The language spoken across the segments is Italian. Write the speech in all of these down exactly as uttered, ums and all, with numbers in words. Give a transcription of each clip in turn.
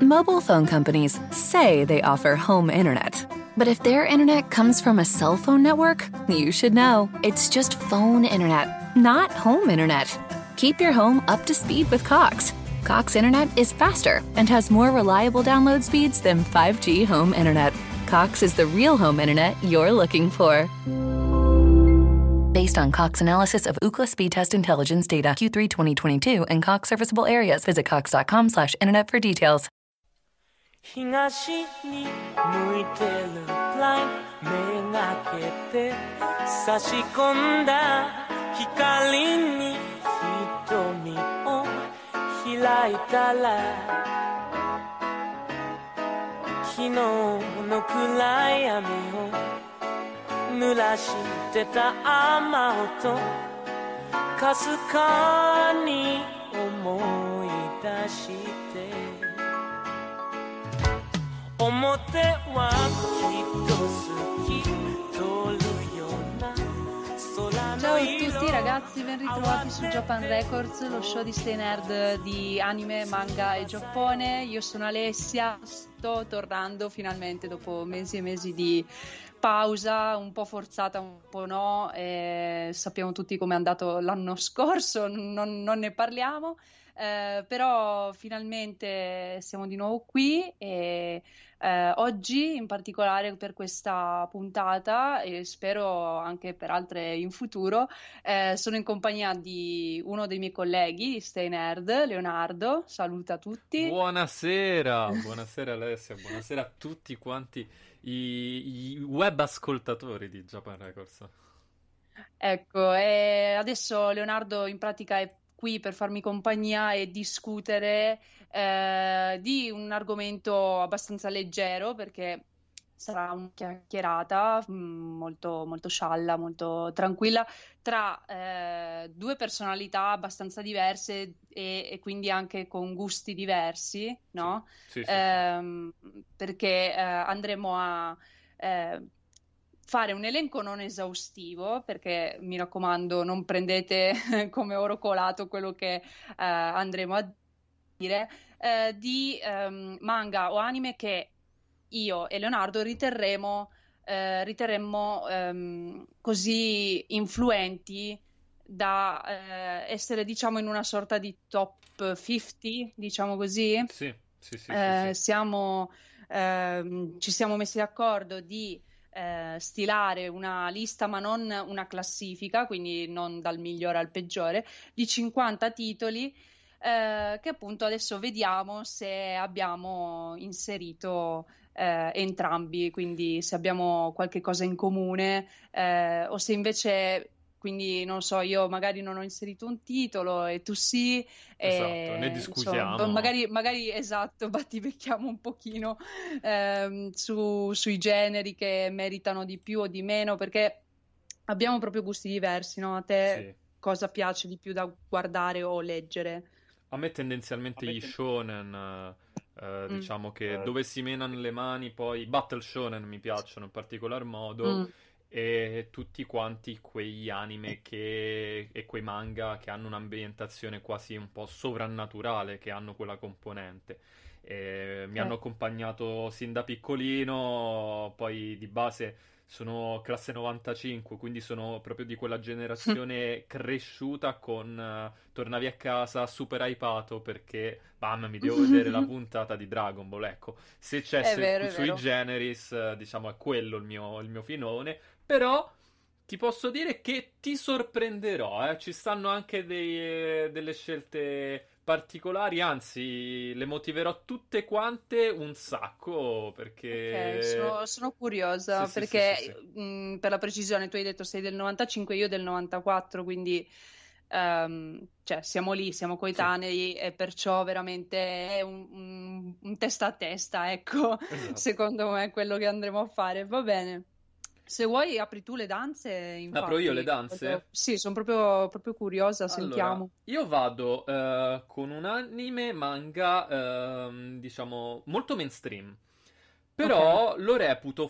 Mobile phone companies say they offer home internet. But if their internet comes from a cell phone network, you should know. It's just phone internet, not home internet. Keep your home up to speed with Cox. Cox Internet is faster and has more reliable download speeds than five G home internet. Cox is the real home internet you're looking for. Based on Cox analysis of Ookla speed test intelligence data Q three twenty twenty-two and Cox serviceable areas. Visit cox.com slash internet for details. 東に向いてるラインめがけて差し込んだ光に瞳を開いたら昨日の暗闇を濡らしてた雨音かすかに思い出して表はきっと好き通るような空 Ciao a tutti ragazzi, ben ritrovati su Japan Records, lo show di Stay Nerd di anime, manga e Giappone. Io sono Alessia, sto tornando finalmente dopo mesi e mesi di pausa, un po' forzata, un po' no, e sappiamo tutti com'è andato l'anno scorso, non, non ne parliamo, eh, però finalmente siamo di nuovo qui e eh, oggi in particolare per questa puntata e spero anche per altre in futuro eh, sono in compagnia di uno dei miei colleghi di Stay Nerd, Leonardo. Saluta tutti. Buonasera, buonasera Alessia, buonasera a tutti quanti i, i web ascoltatori di Japan Records. Ecco, e adesso Leonardo in pratica è qui per farmi compagnia e discutere eh, di un argomento abbastanza leggero perché sarà una chiacchierata mh, molto, molto scialla, molto tranquilla tra eh, due personalità abbastanza diverse e, e quindi anche con gusti diversi, no? Sì, sì, sì, Ehm, perché eh, andremo a eh, fare un elenco non esaustivo, perché mi raccomando non prendete come oro colato quello che eh, andremo a dire, eh, di ehm, manga o anime che io e Leonardo riterremo, eh, riterremmo ehm, così influenti da eh, essere, diciamo, in una sorta di top cinquanta, diciamo così. Sì, sì, sì, Eh, sì, sì. siamo, ehm, ci siamo messi d'accordo di eh, stilare una lista, ma non una classifica, quindi non dal migliore al peggiore, di cinquanta titoli eh, che appunto adesso vediamo se abbiamo inserito eh, entrambi, quindi se abbiamo qualche cosa in comune eh, o se invece, quindi non so, io magari non ho inserito un titolo e tu sì, Esatto, ne e, discutiamo. insomma, magari, magari esatto, battivecchiamo un pochino ehm, su, sui generi che meritano di più o di meno, perché abbiamo proprio gusti diversi, no? A te Sì. cosa piace di più da guardare o leggere? A me tendenzialmente gli shonen, eh, Mm, diciamo che dove si menano le mani, poi i battle shonen mi piacciono in particolar modo mm, e tutti quanti quegli anime che, e quei manga che hanno un'ambientazione quasi un po' sovrannaturale, che hanno quella componente. E mi hanno ok. accompagnato sin da piccolino, poi di base sono classe novantacinque, quindi sono proprio di quella generazione cresciuta con eh, tornavi a casa super hypato perché, bam, mi devo vedere la puntata di Dragon Ball. Ecco, se c'è È se- vero, è sui vero. generis, eh, diciamo, è quello il mio, il mio filone. Però ti posso dire che ti sorprenderò, eh. Ci stanno anche dei- delle scelte particolari, anzi, le motiverò tutte quante un sacco Ok, perché... sono, sono Sì, curiosa sì, sì, sì, perché sì. mh, per la precisione tu hai detto sei del novantacinque, io del novantaquattro, quindi ehm, cioè, siamo lì, siamo Sì, coetanei e perciò veramente è un, un- un testa a testa, ecco, esatto. secondo me è quello che andremo a fare. Va bene. Se vuoi apri tu le danze, Apro io le infatti, voglio- danze? sì, sono proprio, proprio curiosa, Allora, sentiamo. io vado eh, con un anime manga, ehm, diciamo, molto mainstream. Ok, Però lo reputo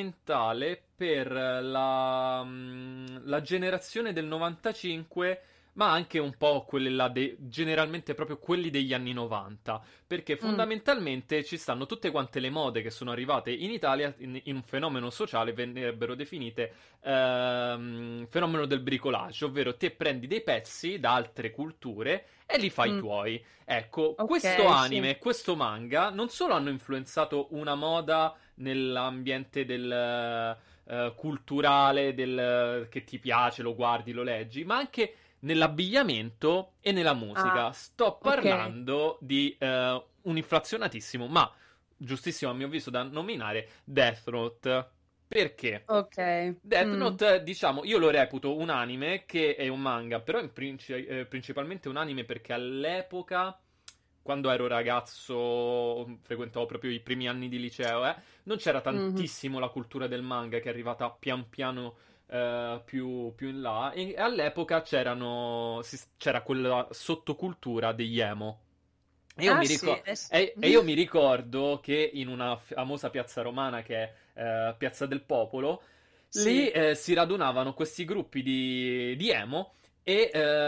fondamentale per la, mm, la generazione del novantacinque, ma anche un po' quelle là, de- generalmente proprio quelli degli anni novanta, perché Mm. fondamentalmente ci stanno tutte quante le mode che sono arrivate in Italia in, in un fenomeno sociale, verrebbero definite ehm, fenomeno del bricolage, ovvero te prendi dei pezzi da altre culture e li fai Mm. tuoi. Ecco, Ok, questo sì. anime e questo manga non solo hanno influenzato una moda nell'ambiente del eh, culturale, del, che ti piace, lo guardi, lo leggi, ma anche nell'abbigliamento e nella musica. Ah, Sto ok. parlando di eh, un inflazionatissimo, ma giustissimo a mio avviso da nominare, Death Note. Perché? Ok. Death Mm. Note, diciamo, io lo reputo un anime che è un manga, però in princi- eh, principalmente un anime perché all'epoca, quando ero ragazzo, frequentavo proprio i primi anni di liceo, eh, non c'era Mhm. tantissimo la cultura del manga che è arrivata pian piano eh, più, più in là, e all'epoca c'erano, si- c'era quella sottocultura degli emo. E io Ah mi sì, ricor- eh sì. e, e io mi ricordo che in una famosa piazza romana che è eh, Piazza del Popolo, lì Sì. eh, si radunavano questi gruppi di, di emo e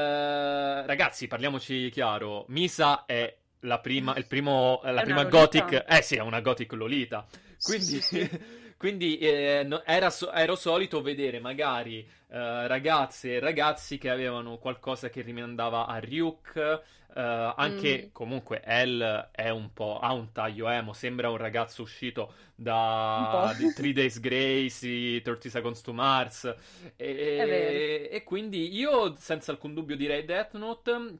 eh, ragazzi, parliamoci chiaro, Misa è la prima, il primo, la È una prima Lolita? gothic, eh sì, è una gothic Lolita. Sì, Quindi, sì, sì. quindi eh, no- era so- ero solito vedere magari eh, ragazze e ragazzi che avevano qualcosa che rimandava a Ryuk, eh, anche Mhm. comunque Elle è un po', ha un taglio emo, sembra un ragazzo uscito Un po'. da di Three Days Grace, thirty Seconds to Mars, È vero. e, e quindi io senza alcun dubbio direi Death Note,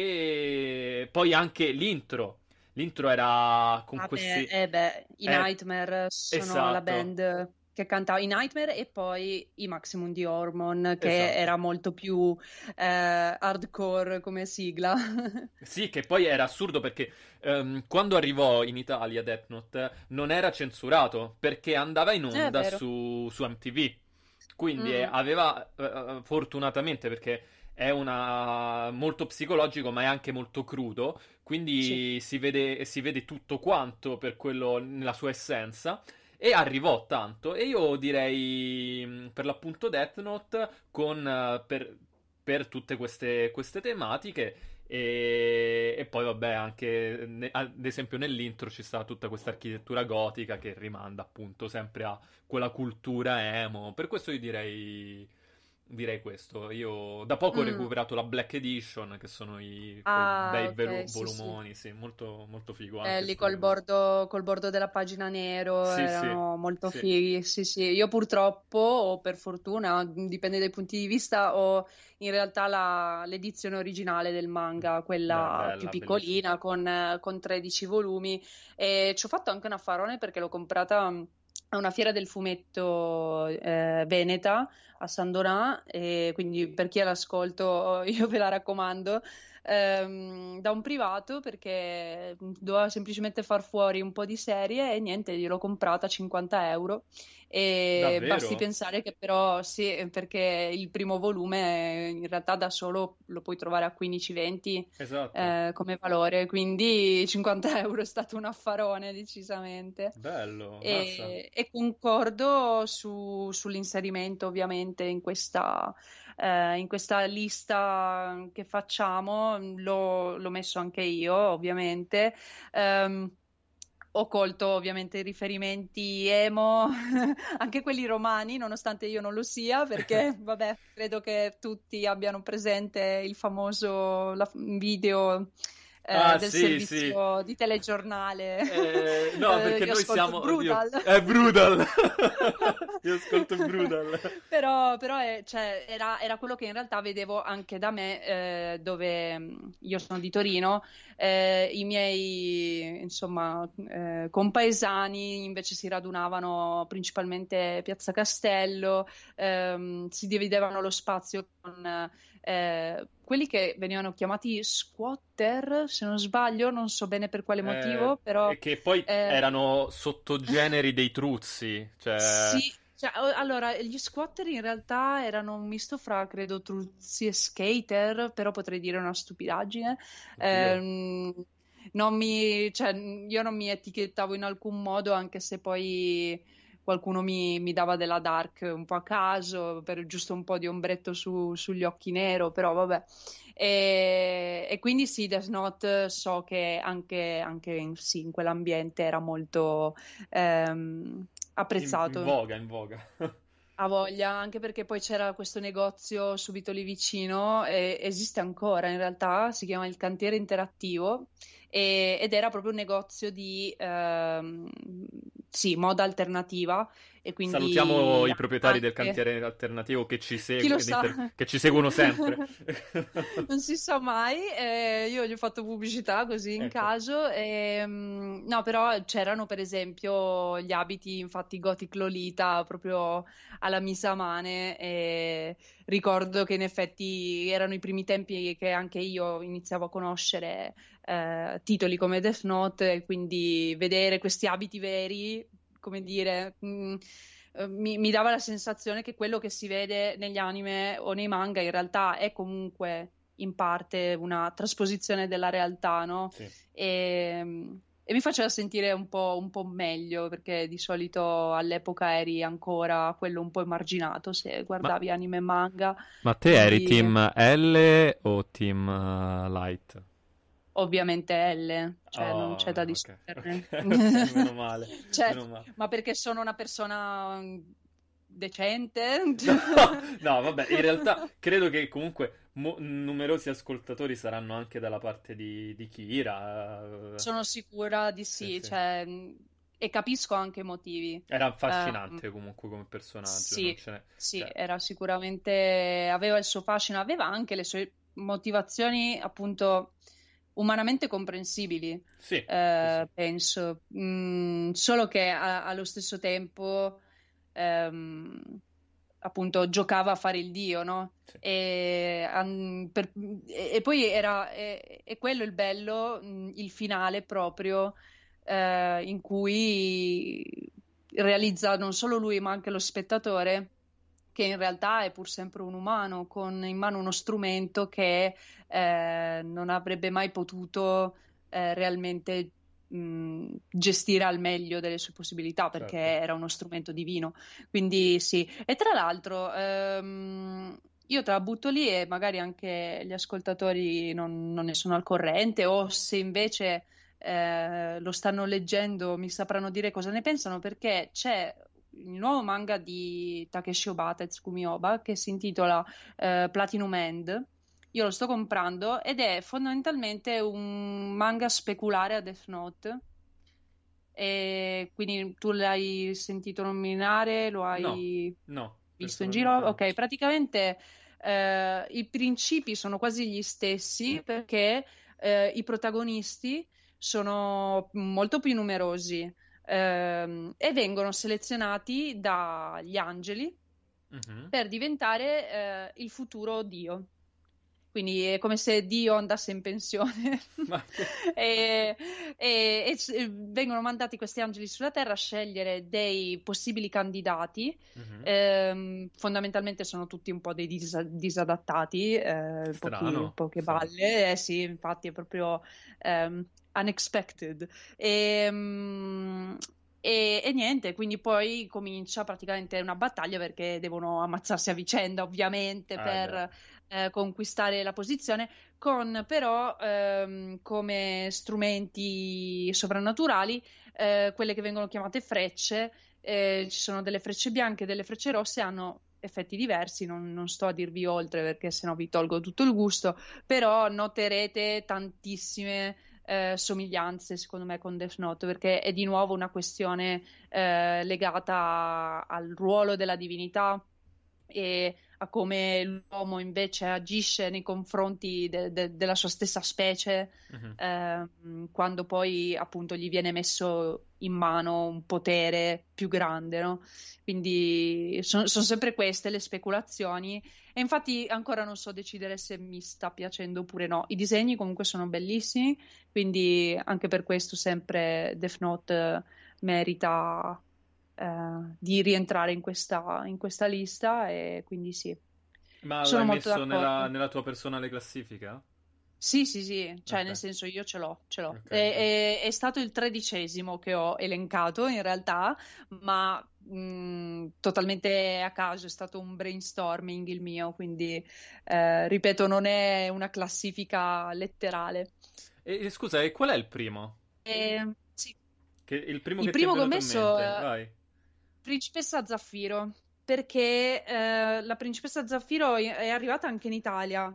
perché poi anche l'intro, l'intro era con Vabbè, questi... eh beh, i Eh, Nightmare sono la esatto, band che cantava i Nightmare e poi i Maximum di Hormone, che esatto. era molto più eh, hardcore come sigla. Sì, che poi era assurdo perché ehm, quando arrivò in Italia Death Note non era censurato perché andava in È onda vero. su, su M T V. Quindi eh, Mm, aveva, eh, fortunatamente, perché è una molto psicologico, ma è anche molto crudo, sì. quindi si vede, si vede tutto quanto per quello nella sua essenza. E arrivò tanto. E io direi, mh, per l'appunto, Death Note con, eh, per, per tutte queste, queste tematiche. E, e poi, vabbè, anche ne- ad esempio nell'intro ci sta tutta questa architettura gotica che rimanda appunto sempre a quella cultura emo. Per questo io direi, direi questo. Io da poco ho Mm. recuperato la Black Edition, che sono i, quei Ah, bei velu- ok, sì, sì. volumoni, sì, molto, molto figo Eh, anche lì sto col volume. bordo, col bordo della pagina nero Sì, sì, erano molto sì, fighi. Sì, sì. Io purtroppo, o per fortuna, dipende dai punti di vista, ho in realtà la- l'edizione originale del manga, beh, quella più bella, bellissima. piccolina, con, eh, con tredici volumi. E ci ho fatto anche un affarone perché l'ho comprata mm, a una fiera del fumetto eh, veneta a San Donà, e quindi per chi è all'ascolto io ve la raccomando ehm, da un privato perché doveva semplicemente far fuori un po' di serie e niente, gliel'ho comprata a cinquanta euro e basti Davvero? pensare che però sì, perché il primo volume in realtà da solo lo puoi trovare a quindici venti Esatto. eh, come valore, quindi cinquanta euro è stato un affarone decisamente. Bello, massa. E, e concordo su- sull'inserimento ovviamente in questa, eh, in questa lista che facciamo, l'ho, l'ho messo anche io ovviamente. Ehm, Ho colto ovviamente i riferimenti emo, anche quelli romani, nonostante io non lo sia, perché vabbè, credo che tutti abbiano presente il famoso la- video eh, Ah, del sì, sì. servizio di telegiornale. Eh, no, Eh, perché io noi ascolto siamo... Oddio, Brutal. è Brutal. Io ascolto Brutal. Però, però è- cioè, era, era quello che in realtà vedevo anche da me, eh, dove mh, io sono di Torino, eh, i miei, insomma, eh, compaesani invece si radunavano principalmente Piazza Castello, ehm, si dividevano lo spazio con eh, quelli che venivano chiamati squatter, se non sbaglio, non so bene per quale Eh, motivo, però e che poi eh, erano sottogeneri dei truzzi, cioè... sì, cioè, o- allora, gli squatter in realtà erano un misto fra, credo, truzzi e skater, però potrei dire una stupidaggine. Oddio. Ehm, non mi, cioè, io non mi etichettavo in alcun modo, anche se poi qualcuno mi, mi dava della dark un po' a caso, per giusto un po' di ombretto su- sugli occhi nero, però vabbè. E, e quindi sì, Death Note so che anche, anche in, sì, in quell'ambiente era molto ehm, In, in apprezzato. voga, in voga. Ha voglia, anche perché poi c'era questo negozio subito lì vicino, e esiste ancora in realtà, si chiama il Cantiere Interattivo e- ed era proprio un negozio di ehm, sì, moda alternativa e Salutiamo quindi i proprietari del anche cantiere alternativo che ci chi lo segue- sa? che ci seguono sempre. Non si sa mai, eh, io gli ho fatto pubblicità così in Ecco. caso. E, mm, no, però c'erano per esempio gli abiti, infatti Gothic Lolita, proprio alla Misamane. E ricordo che in effetti erano i primi tempi che anche io iniziavo a conoscere eh, titoli come Death Note, e quindi vedere questi abiti veri, come dire. mm, eh, mi, mi dava la sensazione che quello che si vede negli anime o nei manga in realtà è comunque in parte una trasposizione della realtà, no? Sì. E, e mi faceva sentire un po', un po' meglio, perché di solito all'epoca eri ancora quello un po' emarginato se Ma, guardavi anime e manga, ma te eri quindi team L o team eh, Light? ovviamente L, cioè non c'è da Oh, ok, discutere. ok, ok, meno male, Certo, meno male. ma perché sono una persona mm, decente? No, no, vabbè, in realtà credo che comunque mo- numerosi ascoltatori saranno anche dalla parte di, di Kira. eh, Sono sicura di Sì, sì, sì. cioè, mh, e capisco anche i motivi. Era Ehm, affascinante comunque come personaggio, non sì, ce n'è. sì, Cioè, era sicuramente, aveva il suo fascino, aveva anche le sue motivazioni appunto umanamente comprensibili, sì, sì, sì. eh, penso. Mm, solo che a- allo stesso tempo ehm, appunto giocava a fare il dio, no? Sì. E, an- per- e- e poi era è, è quello il bello, mh, il finale proprio eh, in cui realizza non solo lui ma anche lo spettatore che in realtà è pur sempre un umano con in mano uno strumento che eh, non avrebbe mai potuto eh, realmente mh, gestire al meglio delle sue possibilità perché Certo. era uno strumento divino. Quindi sì, e tra l'altro ehm, io te la butto lì e magari anche gli ascoltatori non, non ne sono al corrente, o se invece eh, lo stanno leggendo mi sapranno dire cosa ne pensano, perché c'è il nuovo manga di Takeshi Obata e Tsukumi Oba che si intitola eh, Platinum End. Io lo sto comprando ed è fondamentalmente un manga speculare a Death Note. E quindi tu l'hai sentito nominare, lo No, hai no, visto in giro? personalmente no. Ok, praticamente eh, i principi sono quasi gli stessi perché eh, i protagonisti sono molto più numerosi ehm, e vengono selezionati dagli angeli Mhm. per diventare eh, il futuro Dio. Quindi è come se Dio andasse in pensione Ma che... e, e- e s- e vengono mandati questi angeli sulla Terra a scegliere dei possibili candidati. Mhm. Ehm, fondamentalmente sono tutti un po' dei dis- disadattati, eh, pochi, Strano, poche strano. balle. Eh sì, infatti è proprio ehm, unexpected. Ehm, E, e niente, quindi poi comincia praticamente una battaglia perché devono ammazzarsi a vicenda, ovviamente, Ah, beh. per eh, conquistare la posizione, con però ehm, come strumenti sovrannaturali eh, quelle che vengono chiamate frecce. Eh, ci sono delle frecce bianche e delle frecce rosse, hanno effetti diversi, non, non sto a dirvi oltre perché sennò vi tolgo tutto il gusto, però noterete tantissime eh, somiglianze secondo me con Death Note, perché è di nuovo una questione eh, legata al ruolo della divinità e a come l'uomo invece agisce nei confronti de- de- della sua stessa specie, Mhm. ehm, quando poi appunto gli viene messo in mano un potere più grande, no? Quindi sono sempre queste le speculazioni e infatti ancora non so decidere se mi sta piacendo oppure no. I disegni comunque sono bellissimi, quindi anche per questo sempre Death Note eh, merita eh, di rientrare in questa, in questa lista e quindi sì, Ma sono l'hai molto messo nella, d'accordo. nella tua personale classifica? Sì, sì, sì, cioè Ok, nel senso io ce l'ho, ce l'ho. ok, È, ok. è- è stato il tredicesimo che ho elencato in realtà, ma mh, totalmente a caso, è stato un brainstorming il mio, quindi eh, ripeto, non è una classifica letterale. E, e scusa, e qual è il primo? E, sì, Che, il primo il che ti è primo che ho venuto in messo mente? è Vai. Principessa Zaffiro, perché eh, la Principessa Zaffiro è è arrivata anche in Italia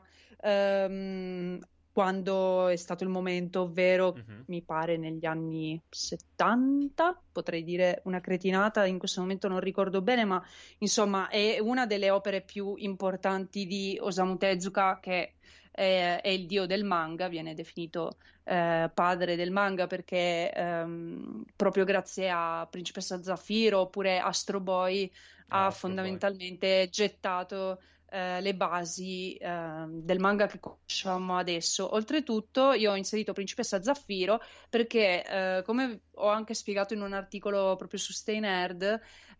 ehm, quando è stato il momento, ovvero Mhm. mi pare negli anni settanta, potrei dire una cretinata, in questo momento non ricordo bene, ma insomma è una delle opere più importanti di Osamu Tezuka, che è, è il dio del manga, viene definito eh, padre del manga perché ehm, proprio grazie a Principessa Zaffiro oppure Astro Boy Ah, ha Astro Boy. fondamentalmente gettato eh, le basi ehm, del manga che conosciamo adesso. Oltretutto, io ho inserito Principessa Zaffiro perché, eh, come ho anche spiegato in un articolo proprio su Stay Nerd,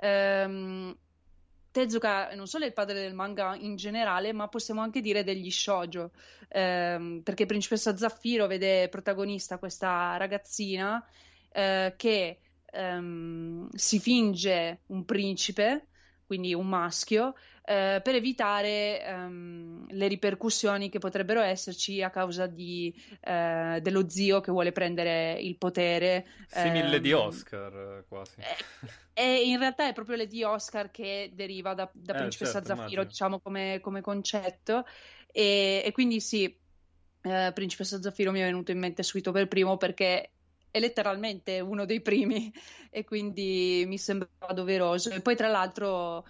ehm, Tezuka non solo è il padre del manga in generale, ma possiamo anche dire degli shoujo, ehm, perché Principessa Zaffiro vede protagonista questa ragazzina eh, che ehm, si finge un principe, quindi un maschio, eh, per evitare ehm, le ripercussioni che potrebbero esserci a causa di, eh, dello zio che vuole prendere il potere. Simile di ehm, Oscar, eh, quasi. eh, e in realtà è proprio Lady Oscar che deriva da, da Eh, Principessa certo, Zaffiro, immagino. diciamo come, come concetto. E, e quindi sì, eh, Principessa Zaffiro mi è venuto in mente subito per primo perché è letteralmente uno dei primi e quindi mi sembrava doveroso. E poi tra l'altro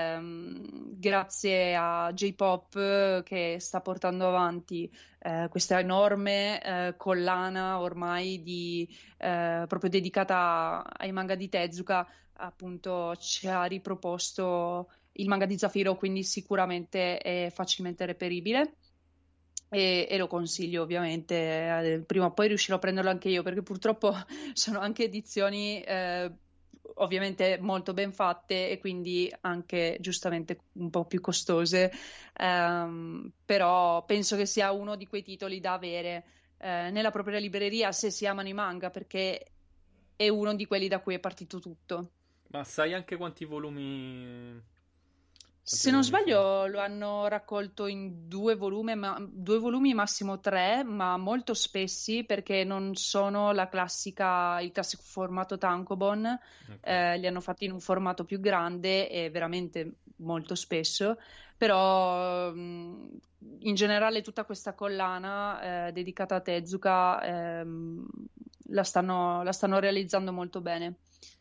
ehm, grazie a J-Pop eh, che sta portando avanti eh, questa enorme eh, collana ormai di, eh, proprio dedicata ai manga di Tezuka, appunto ci ha riproposto il manga di Zafiro, quindi sicuramente è facilmente reperibile. E, e lo consiglio ovviamente, eh, prima o poi riuscirò a prenderlo anche io perché purtroppo sono anche edizioni eh, ovviamente molto ben fatte e quindi anche giustamente un po' più costose. Ehm, però penso che sia uno di quei titoli da avere eh, nella propria libreria se si amano i manga, perché è uno di quelli da cui è partito tutto. Ma sai anche quanti volumi... Quanti Se non volumi sono? sbaglio, lo hanno raccolto in due volumi, ma, due volumi, massimo tre, ma molto spessi perché non sono la classica, il classico formato tankobon, Ok. eh, li hanno fatti in un formato più grande e veramente molto spesso. Però mh, in generale tutta questa collana eh, dedicata a Tezuka ehm, la stanno, la stanno realizzando molto bene.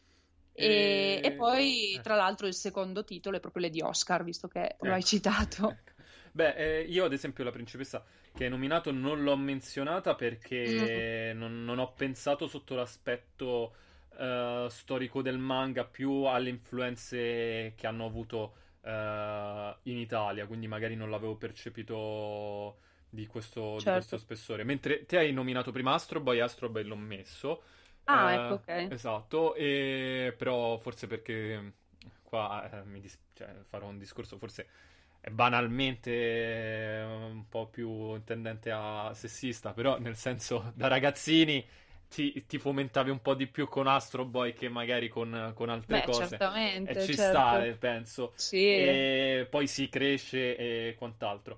E, e E... poi, eh. tra l'altro, il secondo titolo è proprio Lady Oscar, visto che lo hai Ecco, citato. ecco. Beh, eh, io ad esempio la principessa che hai nominato non l'ho menzionata Mm, perché non, non ho pensato sotto l'aspetto eh, storico del manga più alle influenze che hanno avuto eh, in Italia, quindi magari non l'avevo percepito di questo, di questo certo. spessore. Mentre te hai nominato prima Astro Boy, Astro Boy l'ho messo. Ah, ecco, Eh, ok. esatto, e però forse perché qua eh, mi dis- cioè, farò un discorso forse è banalmente eh, un po' più tendente a sessista, però nel senso da ragazzini ti, ti fomentavi un po' di più con Astro Boy che magari con, con altre Beh, cose e certamente, ci sta, certo. eh, penso, Sì, e poi si cresce e quant'altro.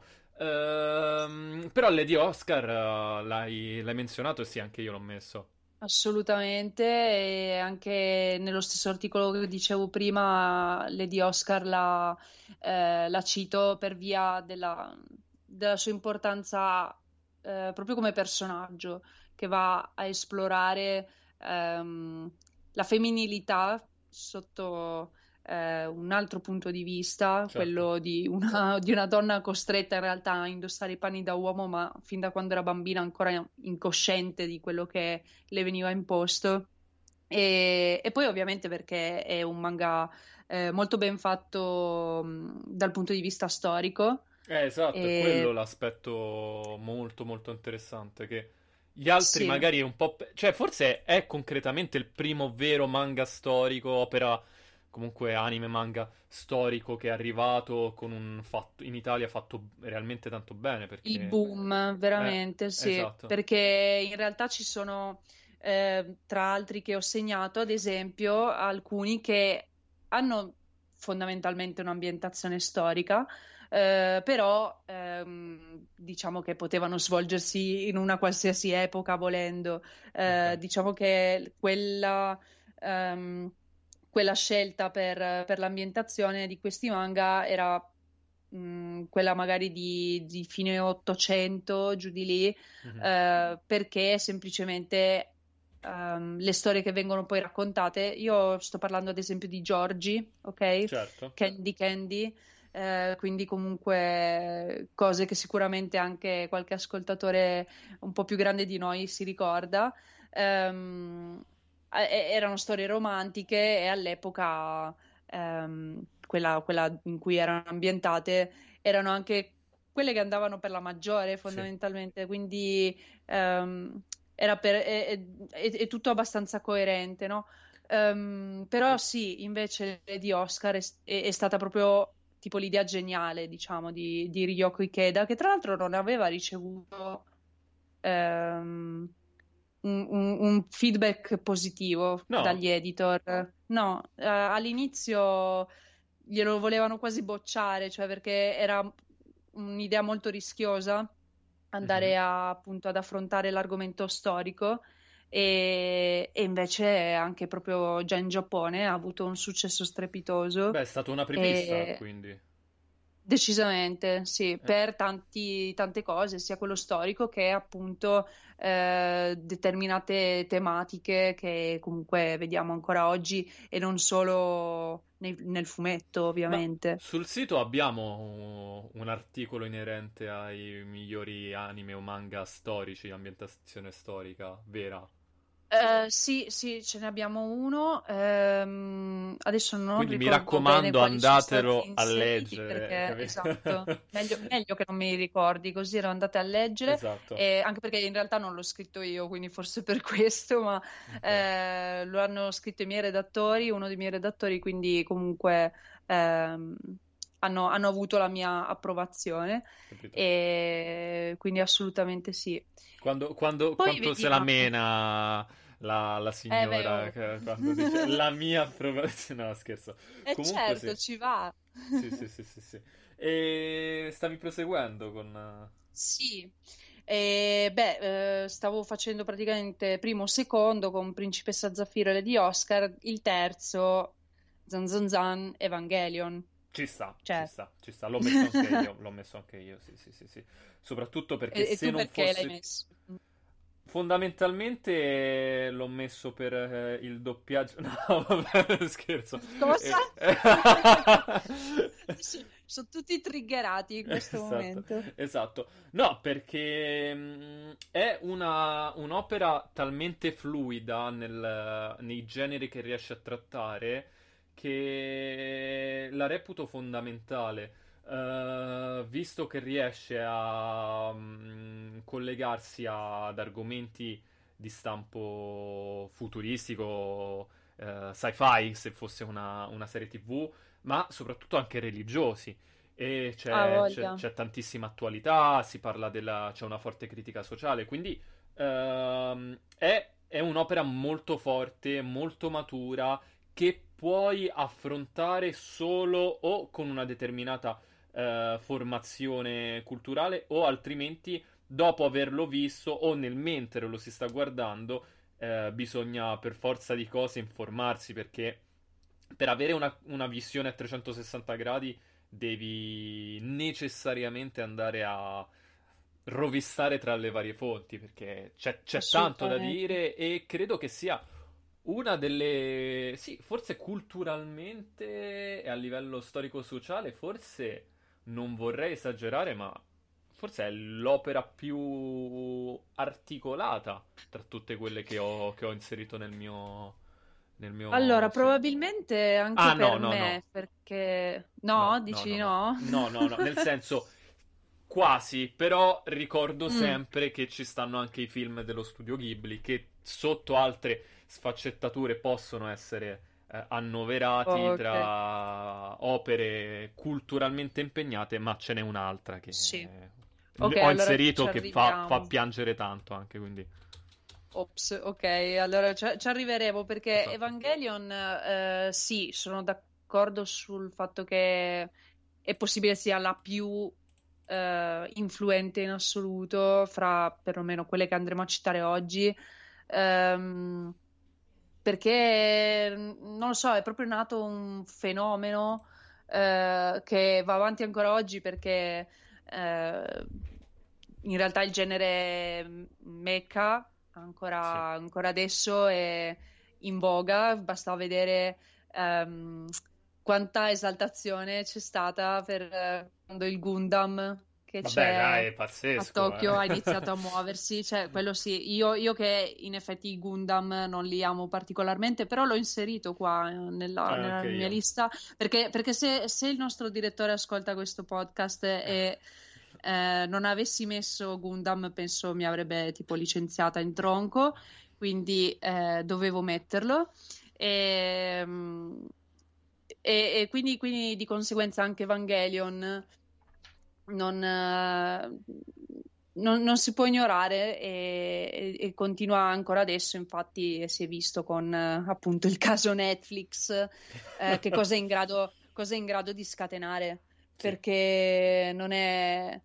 Ehm, però Lady Oscar eh, l'hai, l'hai menzionato e sì, anche io l'ho messo. assolutamente. E anche nello stesso articolo che dicevo prima, Lady Oscar la, eh, la cito per via della, della sua importanza eh, proprio come personaggio che va a esplorare ehm, la femminilità sotto eh, un altro punto di vista, Certo. quello di una, di una donna costretta in realtà a indossare i panni da uomo, ma fin da quando era bambina ancora incosciente di quello che le veniva imposto. E, e poi ovviamente perché è un manga eh, molto ben fatto mh, dal punto di vista storico. Eh, esatto, è quello E l'aspetto molto molto interessante che gli altri sì, magari un po'... pe- cioè forse è concretamente il primo vero manga storico, opera comunque anime manga storico che è arrivato con un fatto in Italia fatto realmente tanto bene il perché... boom, Eh, veramente, sì, esatto. perché in realtà ci sono, eh, tra altri che ho segnato, ad esempio, alcuni che hanno fondamentalmente un'ambientazione storica, eh, però ehm, diciamo che potevano svolgersi in una qualsiasi epoca volendo. Eh, Ok. diciamo che quella, ehm, quella scelta per, per l'ambientazione di questi manga era mh, quella magari di, di fine ottocento, giù di lì, Mhm. eh, perché semplicemente ehm, le storie che vengono poi raccontate, io sto parlando ad esempio di Giorgi, ok? Certo. Candy Candy, eh, quindi comunque cose che sicuramente anche qualche ascoltatore un po' più grande di noi si ricorda. Ehm, e- Erano storie romantiche e all'epoca ehm, quella, quella in cui erano ambientate erano anche quelle che andavano per la maggiore Sì. fondamentalmente, quindi ehm, era per, è, è- è- è tutto abbastanza coerente, no? Ehm, però sì, invece di Oscar è, è- è stata proprio tipo l'idea geniale, diciamo, di, di Ryoko Ikeda, che tra l'altro non aveva ricevuto ehm, un, un- un feedback positivo No. dagli editor. No, eh, all'inizio glielo volevano quasi bocciare, cioè perché era un'idea molto rischiosa Mhm. andare a, appunto ad affrontare l'argomento storico e, e invece anche proprio già in Giappone ha avuto un successo strepitoso. Beh, è stato un apripista, E quindi. decisamente, sì, Eh, per tanti- tante cose, sia quello storico che appunto eh, determinate tematiche che comunque vediamo ancora oggi e non solo nei- nel fumetto, Ma ovviamente. sul sito abbiamo un articolo inerente ai migliori anime o manga storici, ambientazione storica, vera. Eh, sì, sì, ce ne abbiamo uno. Ehm, adesso non Quindi mi ricordo bene raccomando, quali sono stati andatelo a inseriti leggere, perché, esatto, capito? meglio, meglio che non mi ricordi, così ero andate a leggere, Esatto. e anche perché in realtà non l'ho scritto io, quindi forse per questo, ma Ok, eh, lo hanno scritto i miei redattori, uno dei miei redattori, quindi comunque ehm, hanno, hanno avuto la mia approvazione, capito. e quindi assolutamente sì. Quando, quando, Poi quanto se la vediamo. mena la, la Eh beh, signora oh. che- quando dice la mia approvazione? No, scherzo. Eh Comunque sì. certo, ci va. Sì, sì, sì, sì, sì. E stavi proseguendo con... Sì, e, beh, eh, stavo facendo praticamente primo, secondo con Principessa Zaffiro e Lady Oscar, il terzo, Zan Zan Zan, Evangelion. Ci sta, ci Cioè, sta, ci sta. L'ho messo anche io, l'ho messo anche io, sì, sì, sì, sì. Soprattutto perché e, e se tu non perché l'hai fosse... messo? Fondamentalmente l'ho messo per eh, il doppiaggio. No, vabbè, scherzo. Cosa? Eh, Adesso sono tutti triggerati in questo Esatto, momento. esatto. No, perché mh, è una, un'opera talmente fluida nel- nei generi che riesce a trattare che la reputo fondamentale. Eh, visto che riesce a mh, collegarsi ad argomenti di stampo futuristico, eh, sci-fi, se fosse una, una serie T V, ma soprattutto anche religiosi. E Ah, c'è, c'è- voglia. c'è tantissima attualità, si parla della, c'è una forte critica sociale, quindi ehm, è, è un'opera molto forte, molto matura, che puoi affrontare solo o con una determinata eh, formazione culturale o altrimenti dopo averlo visto o nel mentre lo si sta guardando, eh, bisogna per forza di cose informarsi perché per avere una, una visione a trecentosessanta gradi devi necessariamente andare a rovistare tra le varie fonti perché c'è, c'è tanto da Assolutamente. dire e credo che sia una delle... Sì, forse culturalmente e a livello storico-sociale, forse non vorrei esagerare, ma forse è l'opera più articolata tra tutte quelle che ho, che ho inserito nel mio... nel mio... Allora, Sì. probabilmente Ah, anche no, per no, no. me, perché... No, No, no, dici no, di no. no? No, no, no. Nel senso, quasi, però ricordo Mm, sempre che ci stanno anche i film dello studio Ghibli che sotto altre sfaccettature possono essere eh, annoverati ok, tra opere culturalmente impegnate, ma ce n'è un'altra che sì. l- Ok, ho allora inserito ci che fa, fa arriviamo. piangere tanto anche, quindi... Ops, ok, allora ci, ci arriveremo perché Esatto. Evangelion, eh, sì, sono d'accordo d'accordo sul fatto che è possibile sia la più eh, influente in assoluto fra perlomeno quelle che andremo a citare oggi, ehm, perché non lo so, è proprio nato un fenomeno eh, che va avanti ancora oggi, perché eh, in realtà il genere mecha ancora, Sì. ancora adesso è in voga. Basta vedere ehm, quanta esaltazione c'è stata per eh, quando il Gundam che Vabbè, dai, c'è è a pazzesco, Tokyo ha eh. iniziato a muoversi, cioè quello sì. Io, io che in effetti i Gundam non li amo particolarmente, però l'ho inserito qua eh, nella, Ah, nella anche mia io. lista, perché, perché se, se il nostro direttore ascolta questo podcast e eh, non avessi messo Gundam, penso mi avrebbe tipo licenziata in tronco, quindi eh, dovevo metterlo. E, mm, e, e quindi, quindi di conseguenza anche Evangelion non, eh, non- non si può ignorare e, e- e continua ancora adesso. Infatti si è visto con eh, appunto il caso Netflix, eh, che cosa è in grado, cosa è in grado di scatenare, Sì. perché non è...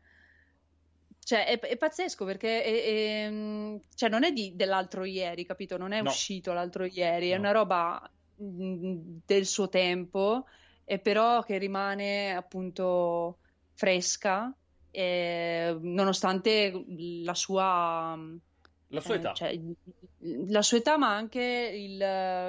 Cioè, è, è pazzesco, perché è- è, mm, cioè, non è di- dell'altro ieri, capito? Non è No, uscito l'altro ieri, è no. una roba mm, del suo tempo, e però che rimane appunto fresca, eh, nonostante la sua, La sua eh, età. cioè, la sua età, ma anche il-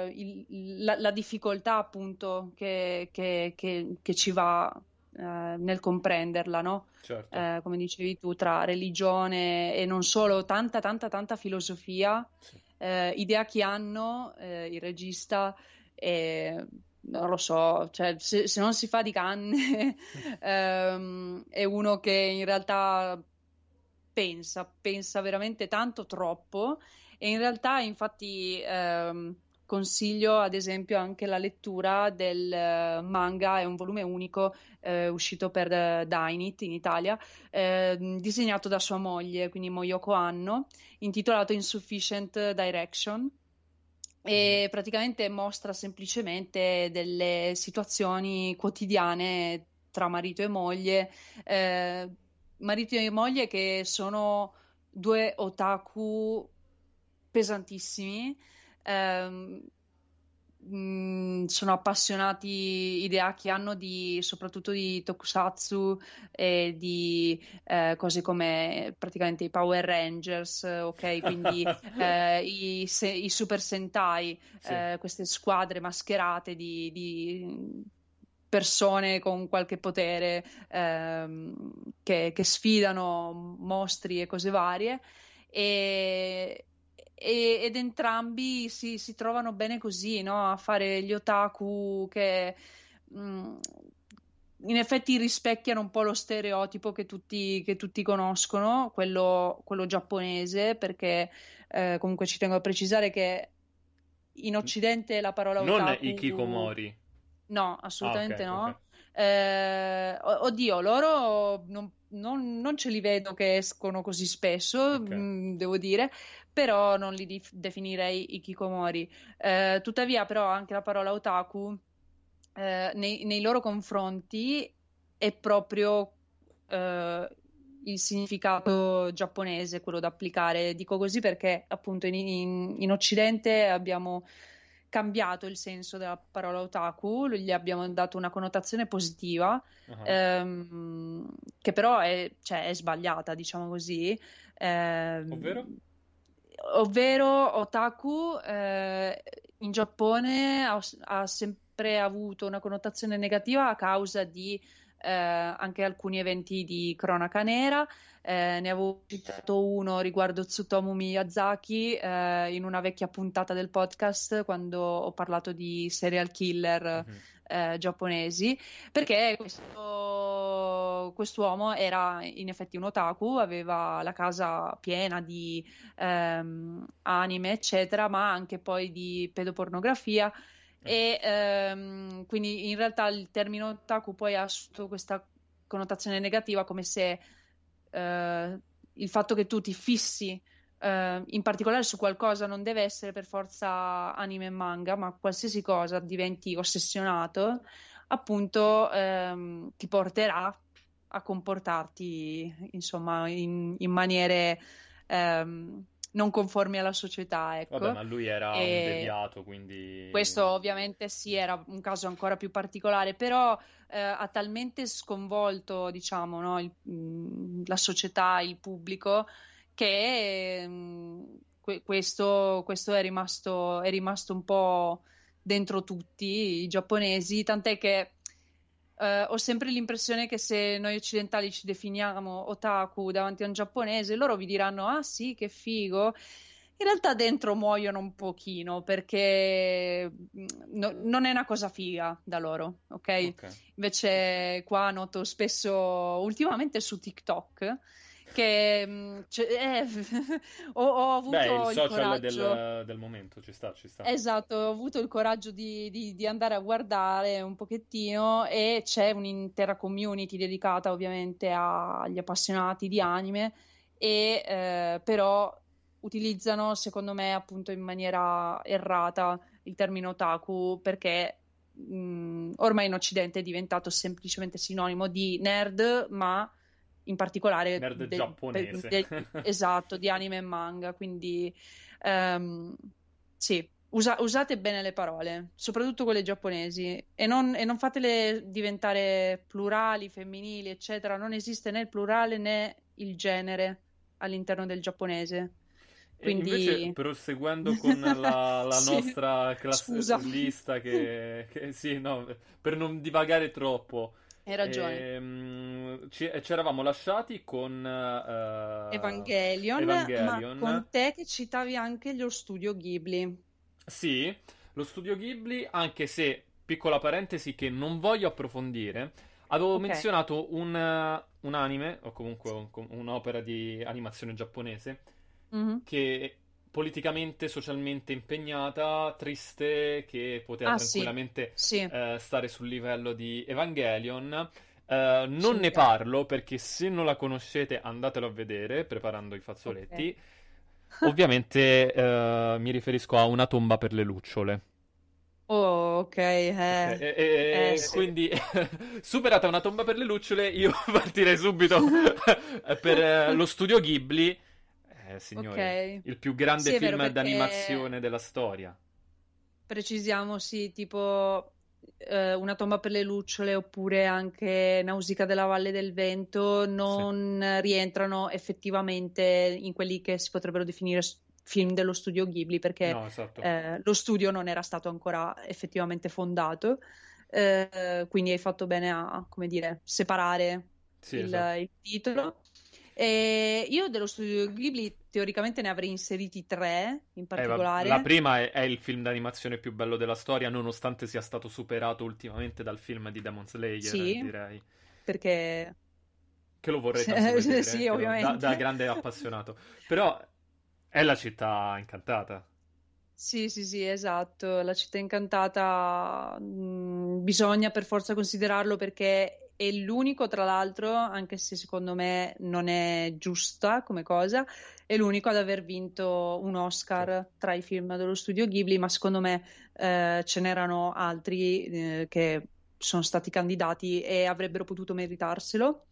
il- la, la difficoltà appunto che, che- che- che ci va eh, nel comprenderla, no? Certo. Eh, come dicevi tu, tra religione e non solo, tanta, tanta, tanta filosofia, Sì. eh, Hideaki Anno, eh, il regista, e non lo so, cioè, se, se non si fa di canne, ehm, è uno che in realtà pensa, pensa veramente tanto, troppo, e in realtà, infatti, ehm, consiglio ad esempio anche la lettura del eh, manga, è un volume unico eh, uscito per eh, Dynit in Italia, ehm, disegnato da sua moglie, quindi Moyoko Anno, intitolato Insufficient Direction. Mhm. E praticamente mostra semplicemente delle situazioni quotidiane tra marito e moglie, eh, marito e moglie che sono due otaku pesantissimi, ehm, mh, sono appassionati, idea che hanno di, soprattutto di tokusatsu e di eh, cose come praticamente i Power Rangers, eh, ok? Quindi eh, i, se- i Super Sentai, Sì. eh, queste squadre mascherate di, di persone con qualche potere ehm, che, che sfidano mostri e cose varie. E, e- ed entrambi si, si trovano bene così, no? A fare gli otaku che mh, in effetti rispecchiano un po' lo stereotipo che tutti, che tutti conoscono, quello, quello giapponese, perché eh, comunque ci tengo a precisare che in Occidente la parola Non i otaku Kikomori. no, Ah, assolutamente ok, ok. no. Eh, o- oddio, loro non, non- non ce li vedo che escono così spesso, Ok. mh, devo dire, però non li dif- definirei ikikomori. Eh, tuttavia, però, anche la parola otaku eh, nei, nei loro confronti è proprio eh, il significato giapponese, quello da applicare. Dico così perché appunto in, in- in Occidente abbiamo cambiato il senso della parola otaku, gli abbiamo dato una connotazione positiva, Ah. ehm, che però è, cioè, è sbagliata, diciamo così. Ovvero? Ehm, ovvero otaku eh, in Giappone ha, ha sempre avuto una connotazione negativa a causa di eh, anche alcuni eventi di cronaca nera. Eh, ne avevo citato uno riguardo Tsutomu Miyazaki eh, in una vecchia puntata del podcast, quando ho parlato di serial killer Mhm. eh, giapponesi, perché questo quest'uomo era in effetti un otaku, aveva la casa piena di ehm, anime, eccetera, ma anche poi di pedopornografia. Eh, E ehm, quindi in realtà il termine otaku poi ha assunto questa connotazione negativa, come se eh, il fatto che tu ti fissi eh, in particolare su qualcosa, non deve essere per forza anime e manga, ma qualsiasi cosa diventi ossessionato, appunto ehm, ti porterà a comportarti insomma in, in maniere ehm, non conformi alla società, ecco. Vabbè, ma lui era un E deviato, quindi... questo ovviamente sì, era un caso ancora più particolare, però eh, ha talmente sconvolto, diciamo, no, il- mh, la società, il pubblico, che mh, que- questo, questo è rimasto, è rimasto un po' dentro tutti i giapponesi, tant'è che eh, ho sempre l'impressione che se noi occidentali ci definiamo otaku davanti a un giapponese, loro vi diranno: ah sì, che figo. In realtà dentro muoiono un pochino perché mh, no- non è una cosa figa da loro, ok? Ok. Invece qua noto spesso, ultimamente su TikTok, che mh, c'è- eh, ho, ho Beh, il avuto il social coraggio. del, del momento, ci sta, ci sta. Esatto, ho avuto il coraggio di, di- di andare a guardare un pochettino e c'è un'intera community dedicata ovviamente a- agli appassionati di anime e eh, però utilizzano secondo me appunto in maniera errata il termine otaku perché mh, ormai in Occidente è diventato semplicemente sinonimo di nerd, ma in particolare Nerd de- pe- giapponese. de- esatto, di anime e manga, quindi ehm, sì, usa- usate bene le parole, soprattutto quelle giapponesi, e non, e non fatele diventare plurali, femminili, eccetera. Non esiste né il plurale né il genere all'interno del giapponese. E invece, Quindi, proseguendo con la, la sì, nostra classe, scusa, lista, che, che- sì, no, per non divagare troppo, hai ragione. ehm, ci ci eravamo lasciati con eh, Evangelion, ma Evangelion. con te che citavi anche lo studio Ghibli. Sì, lo studio Ghibli, anche se, piccola parentesi che non voglio approfondire, avevo Ok. menzionato un, eh, un anime, o comunque un- un'opera di animazione giapponese, Mhm. che politicamente, socialmente impegnata, triste, che poteva Ah sì, tranquillamente sì, eh, stare sul livello di Evangelion. Eh, sì, non mi ne piace. parlo perché se non la conoscete andatelo a vedere preparando i Ok. fazzoletti. Ovviamente eh, mi riferisco a Una tomba per le lucciole. Oh, ok, Ok, eh, e- eh e- sì. quindi superata Una tomba per le lucciole, io partirei subito per eh, lo studio Ghibli. Eh, signori, Ok, il più grande sì, è vero film perché d'animazione della storia. precisiamo, sì, tipo eh, Una tomba per le lucciole oppure anche Nausicaa della Valle del Vento Sì, non rientrano effettivamente in quelli che si potrebbero definire s- film dello studio Ghibli perché no, esatto. eh, lo studio non era stato ancora effettivamente fondato. Eh, quindi hai fatto bene a, come dire, separare Sì, il, esatto. il titolo. E io dello studio Ghibli teoricamente ne avrei inseriti tre in Eh, va- la particolare. prima è, è il film d'animazione più bello della storia, nonostante sia stato superato ultimamente dal film di Demon Slayer, Sì, direi. perché Che lo vorrei tanto vedere, sì, che lo- da, da ovviamente. grande appassionato. Però è la città incantata. Sì, sì, sì, esatto. La città incantata, mh, bisogna per forza considerarlo perché è l'unico, tra l'altro, anche se secondo me non è giusta come cosa, è l'unico ad aver vinto un Certo. Oscar tra i film dello studio Ghibli, ma secondo me eh, ce n'erano altri eh, che sono stati candidati e avrebbero potuto meritarselo.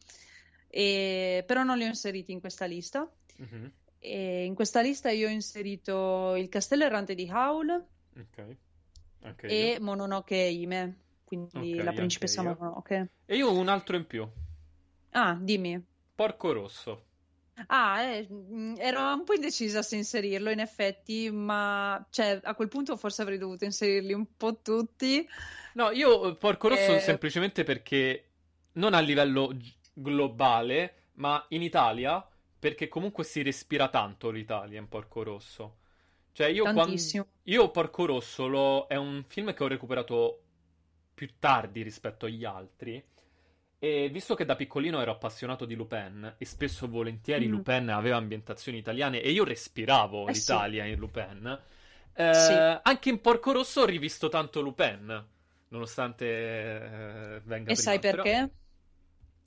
E- Però non li ho inseriti in questa lista. Mhm. E in questa lista io ho inserito Il Castello Errante di Howl Ok, anche io. e Mononoke Hime, Ok, quindi la anche principessa io. Mononoke. E io ho un altro in più. Ah, dimmi. Porco Rosso. Ah, eh, mh, ero un po' indecisa se inserirlo in effetti, ma cioè, a quel punto forse avrei dovuto inserirli un po' tutti. No, io eh, Porco Rosso Eh, semplicemente perché non a livello g- globale, ma in Italia, perché comunque si respira tanto l'Italia in Porco Rosso. Cioè, io quando... tantissimo. Io Porco Rosso lo... è un film che ho recuperato più tardi rispetto agli altri. E visto che da piccolino ero appassionato di Lupin, e spesso e volentieri Mm, Lupin aveva ambientazioni italiane, e io respiravo eh sì, l'Italia in Lupin, sì. eh, anche in Porco Rosso ho rivisto tanto Lupin, nonostante eh, venga E sai prima. Però perché?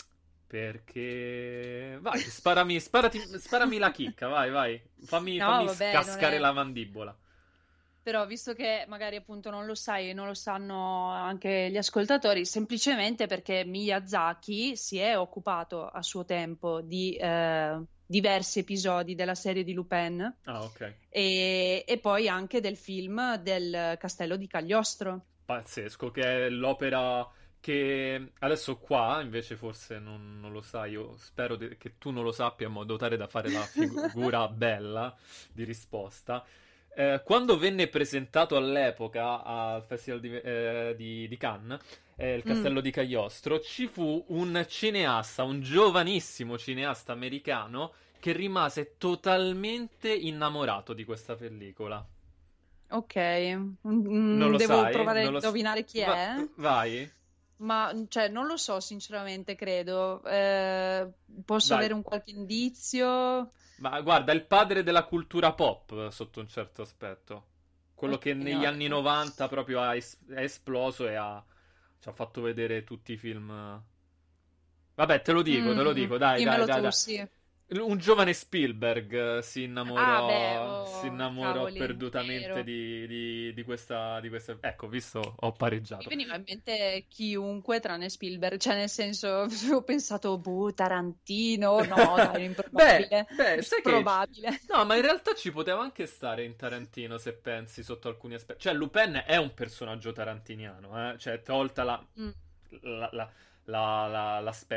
Perché... Vai, sparami, sparati, sparami la chicca, vai, vai. Fammi, No, fammi vabbè, cascare non è... la mandibola. Però, visto che magari appunto non lo sai e non lo sanno anche gli ascoltatori, semplicemente perché Miyazaki si è occupato a suo tempo di eh, diversi episodi della serie di Lupin Ah, ok. e, e poi anche del film del Castello di Cagliostro. Pazzesco, che è l'opera che adesso qua, invece forse non, non lo sai, io spero de- che tu non lo sappia in modo tale da fare la figura bella di risposta. Eh, quando venne presentato all'epoca al Festival di, eh, di- di Cannes, eh, il Mm, Castello di Cagliostro, ci fu un cineasta, un giovanissimo cineasta americano che rimase totalmente innamorato di questa pellicola. ok, Mm, Non lo devo sai? provare a Non lo s- indovinare chi Va- è, vai? ma cioè, non lo so sinceramente, credo. Eh, posso Dai. avere un qualche indizio? Ma guarda, il padre della cultura pop sotto un certo aspetto. Quello che Ok, negli no. anni novanta proprio ha es- è esploso e ha... ci ha fatto vedere tutti i film. Vabbè, te lo dico, te lo Mm, dico, dai, dai, dimmelo dai, tu, dai. sì. Un giovane Spielberg eh, si Ah, beh, innamorò, si oh, innamorò cavoli, perdutamente vero. di, di, di questa, di questa... Ecco, visto, ho Mi pareggiato. veniva in mente chiunque tranne Spielberg, cioè nel senso, ho pensato, boh, Tarantino, no, dai, Beh, improbabile, beh, sai che... improbabile. No, ma in realtà ci poteva anche stare in Tarantino se pensi sotto alcuni aspetti. Cioè, Lupin è un personaggio tarantiniano, eh? Cioè, tolta la, Mm, la- la- la- la-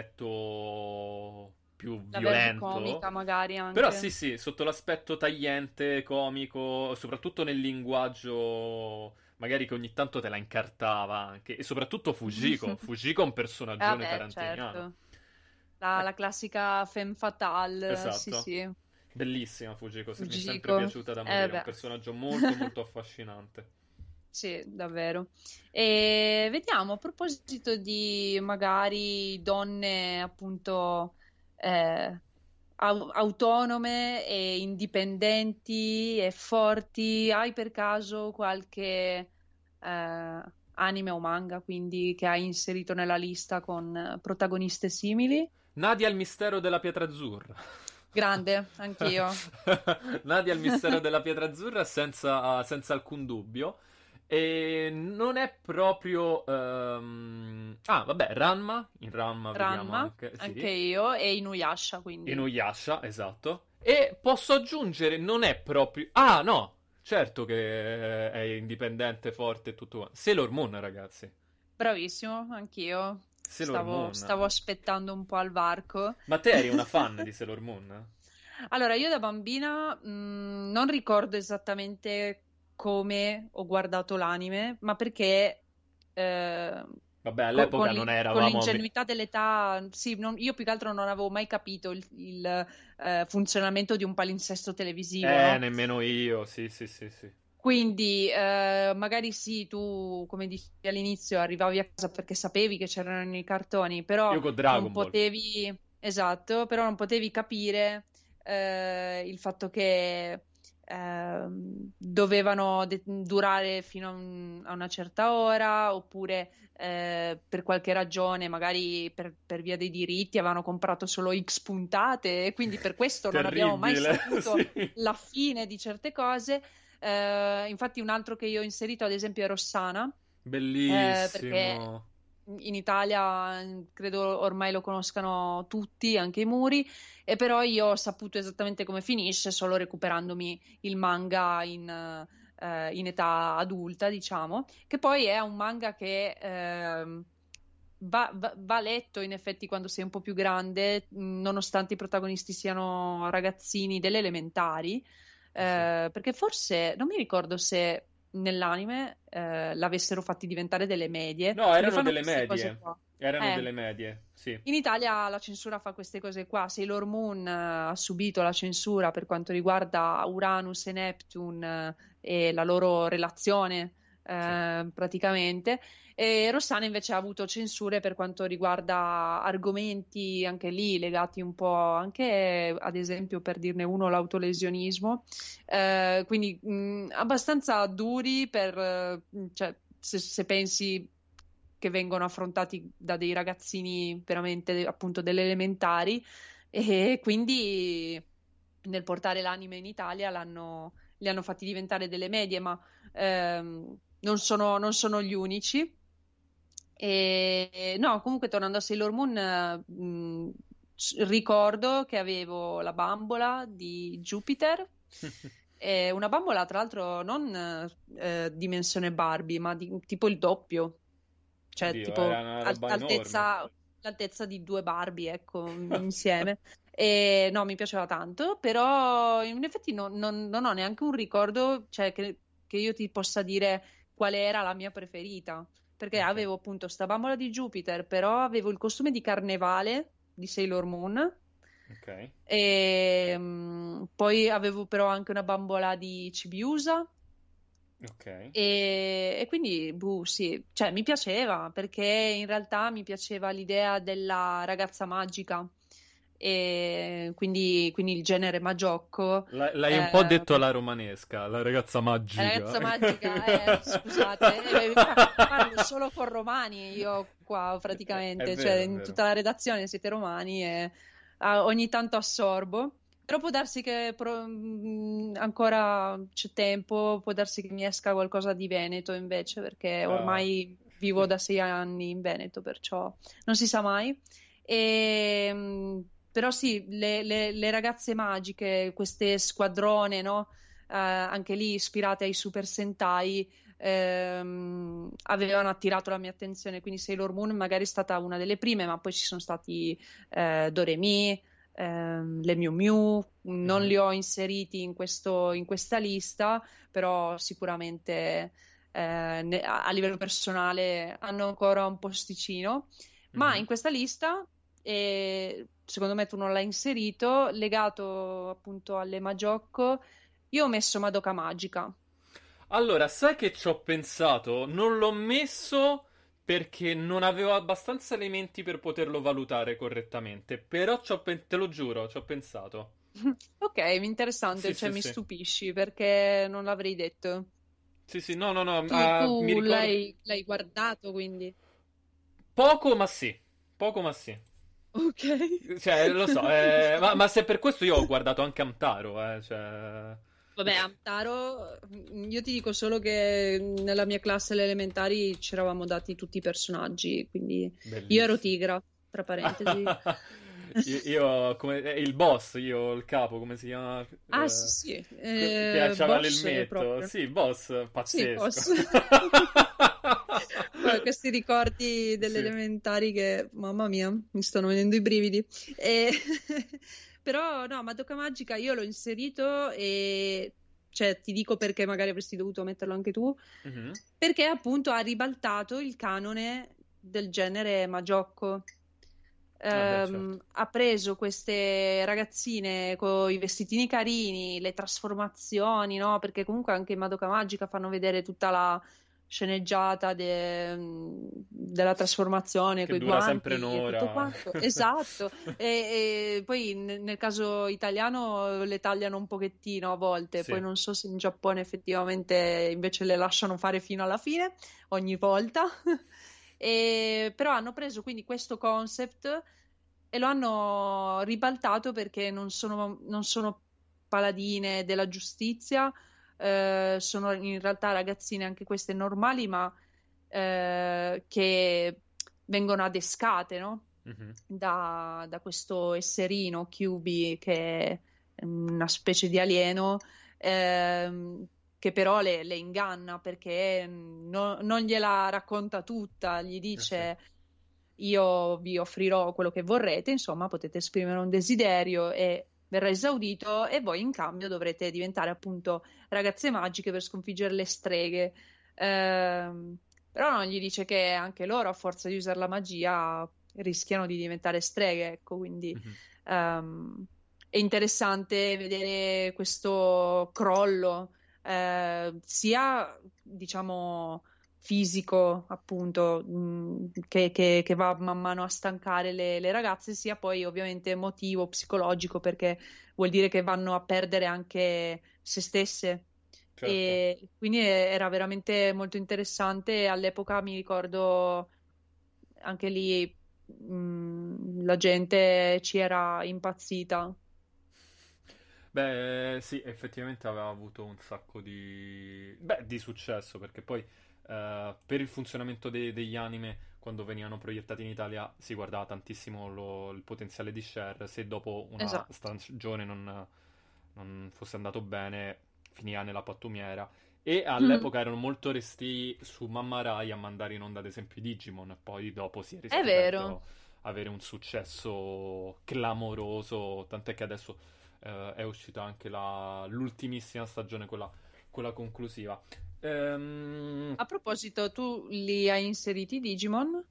l'aspetto più la verve violento. comica magari Però anche. sì, sì, sotto l'aspetto tagliente, comico, soprattutto nel linguaggio, magari che ogni tanto te la incartava anche. E soprattutto Fujiko. Fujiko è un Eh, personaggione vabbè, tarantiniano. certo. La, Eh, la classica femme fatale, sì, esatto. sì, Bellissima Fujiko, se- mi è sempre Fujiko. piaciuta da Eh morire, è un beh, personaggio molto molto affascinante. sì, davvero. E vediamo, a proposito di magari donne appunto eh, au- autonome e indipendenti e forti, hai per caso qualche eh, anime o manga quindi che hai inserito nella lista con eh, protagoniste simili? Nadia il mistero della pietra azzurra. Grande, anch'io. Nadia il mistero della pietra azzurra senza, senza alcun dubbio. E non è proprio... ehm, Ah, vabbè, Ranma. In Ranma vediamo Ranma, anche... anche Sì. io, e Inuyasha quindi. Inuyasha, esatto. E posso aggiungere, non è proprio... Ah, no! Certo che è indipendente, forte e tutto quanto. Sailor Moon, ragazzi. Bravissimo, anch'io. Sailor Stavo, Moon. stavo aspettando un po' al varco. Ma te eri una fan di Sailor Moon? Allora, io da bambina mh, non ricordo esattamente come ho guardato l'anime, ma perché eh, Vabbè, co- all'epoca con, non l'in- con eravamo... l'ingenuità dell'età, sì, non- io più che altro non avevo mai capito il, il, eh, funzionamento di un palinsesto televisivo, Eh, no? nemmeno io, sì, sì, sì, sì. Quindi eh, magari sì, tu, come dici all'inizio, arrivavi a casa perché sapevi che c'erano i cartoni, però Io con non Dragon Ball. potevi, esatto, però non potevi capire eh, il fatto che ehm, dovevano de- durare fino a, un- a una certa ora, oppure eh, per qualche ragione, magari per, per via dei diritti, avevano comprato solo X puntate e quindi per questo non abbiamo mai Terribile, saputo sì. la fine di certe cose. Eh, infatti un altro che io ho inserito ad esempio è Rossana, eh, perché Bellissimo. in Italia eh, credo ormai lo conoscano tutti, anche i muri, e però io ho saputo esattamente come finisce solo recuperandomi il manga in, eh, in età adulta, diciamo, che poi è un manga che ehm, va, va- va letto in effetti quando sei un po' più grande, mh, nonostante i protagonisti siano ragazzini delle elementari, Sì. eh, perché forse non mi ricordo se nell'anime eh, l'avessero fatti diventare delle medie, No, perché erano fanno delle queste cose medie. qua. Erano Eh, delle medie, sì. in Italia la censura fa queste cose qua. Sailor Moon eh, ha subito la censura per quanto riguarda Uranus e Neptune eh, e la loro relazione Sì. eh, praticamente. E Rossana invece ha avuto censure per quanto riguarda argomenti anche lì legati un po' anche, ad esempio, per dirne uno, l'autolesionismo. Eh, quindi mh, abbastanza duri per, eh, cioè, se, se pensi che vengono affrontati da dei ragazzini veramente appunto delle elementari, e quindi nel portare l'anime in Italia l'hanno, li hanno fatti diventare delle medie, ma ehm, non sono, non sono gli unici. E no, comunque tornando a Sailor Moon, eh, mh, s- ricordo che avevo la bambola di Jupiter, e una bambola tra l'altro non eh, dimensione Barbie, ma di, tipo il doppio, cioè Oddio, tipo era una al- roba enorme. altezza, l'altezza di due Barbie, ecco, insieme. E no, mi piaceva tanto, però in effetti non, non- non ho neanche un ricordo, cioè, che, che io ti possa dire qual era la mia preferita, perché Ok, avevo appunto sta bambola di Jupiter, però avevo il costume di carnevale di Sailor Moon, ok. e mm, poi avevo però anche una bambola di Chibiusa, Ok. e, e quindi, boh, sì, cioè mi piaceva perché in realtà mi piaceva l'idea della ragazza magica, e quindi, quindi il genere Magiocco. L- l'hai un po' eh, detto alla romanesca, la ragazza la magica. ragazza magica, eh, scusate, eh, pa- parlo solo con romani io qua È praticamente, cioè vero, è in vero. tutta la redazione siete romani e ah, ogni tanto assorbo. Però può darsi che pro- mh, ancora c'è tempo, può darsi che mi esca qualcosa di Veneto invece, perché Ah. ormai vivo da sei anni in Veneto, perciò non si sa mai. E, mh, però sì, le, le- le ragazze magiche, queste squadrone, no? Eh, anche lì ispirate ai Super Sentai, ehm, avevano attirato la mia attenzione. Quindi Sailor Moon magari è stata una delle prime, ma poi ci sono stati eh, Doremi, ehm, le Miu Miu. Non Mhm, li ho inseriti in questo- in questa lista, però sicuramente eh, ne- a, a livello personale hanno ancora un posticino. Ma mhm. in questa lista, e secondo me tu non l'hai inserito, legato appunto alle Magiocco, io ho messo Madoka Magica. Allora, sai che ci ho pensato? Non l'ho messo perché non avevo abbastanza elementi per poterlo valutare correttamente. Però ci ho pen- te lo giuro, ci ho pensato. Ok, Sì, interessante, cioè sì, mi sì. stupisci perché non l'avrei detto. Sì, sì, no, no, no. Tu, Ah, mi tu ricordo. l'hai l'hai guardato, quindi. Poco, ma sì. Poco, ma sì. Ok. Cioè, lo so, eh, ma, ma se per questo io ho guardato anche Amtaro, eh, cioè... Vabbè, Amtaro, io ti dico solo che nella mia classe alle elementari ci eravamo dati tutti i personaggi, quindi io ero Bellissimo. Tigra, tra parentesi. Io, io come, eh, il boss, io il capo, come si chiama? Ah, sì, Eh, sì, que- che eh, c'aveva boss l'elmetto. proprio. Sì, il boss, Sì, pazzesco. boss. Guarda, questi ricordi delle Sì. elementari che, mamma mia, mi stanno venendo i brividi. E... Però no, Madoka Magica io l'ho inserito e cioè ti dico perché magari avresti dovuto metterlo anche tu, Mhm. perché appunto ha ribaltato il canone del genere Magiocco. Vabbè, certo. Ehm, ha preso queste ragazzine con i vestitini carini, le trasformazioni, no? Perché comunque anche in Madoka Magica fanno vedere tutta la sceneggiata de- della trasformazione, Che con i dura sempre guanti e tutto un'ora. quanto. Esatto. E, e poi n- nel caso italiano le tagliano un pochettino a volte, poi Sì. non so se in Giappone effettivamente invece le lasciano fare fino alla fine, ogni volta. E, però hanno preso quindi questo concept e lo hanno ribaltato perché non sono, non sono paladine della giustizia, eh, sono in realtà ragazzine anche queste normali, ma eh, che vengono adescate, no? Mhm. Da, da questo esserino Q B che è una specie di alieno, ehm, che però le, le inganna perché no- non gliela racconta tutta, gli Eh sì. dice io vi offrirò quello che vorrete, insomma, potete esprimere un desiderio e verrà esaudito e voi in cambio dovrete diventare appunto ragazze magiche per sconfiggere le streghe. Ehm, Però non gli dice che anche loro, a forza di usare la magia, rischiano di diventare streghe, ecco, quindi Mhm. ehm, è interessante vedere questo crollo, eh, sia diciamo fisico, appunto, mh, che, che- che va man mano a stancare le, le ragazze, sia poi ovviamente emotivo, psicologico, perché vuol dire che vanno a perdere anche se stesse. Certo. E quindi era veramente molto interessante. All'epoca mi ricordo anche lì mh, la gente ci era impazzita. Beh, sì, effettivamente aveva avuto un sacco di, beh, di successo, perché poi eh, per il funzionamento de- degli anime, quando venivano proiettati in Italia, si guardava tantissimo lo- il potenziale di share. Se dopo una Esatto. stagione non, non fosse andato bene, finiva nella pattumiera. E all'epoca erano molto resti su Mamma Rai a mandare in onda, ad esempio, i Digimon. Poi dopo si è È vero. riscoperto avere un successo clamoroso, tant'è che adesso eh, è uscita anche la- l'ultimissima stagione, quella, quella conclusiva. Ehm, A proposito, tu li hai inseriti i Digimon?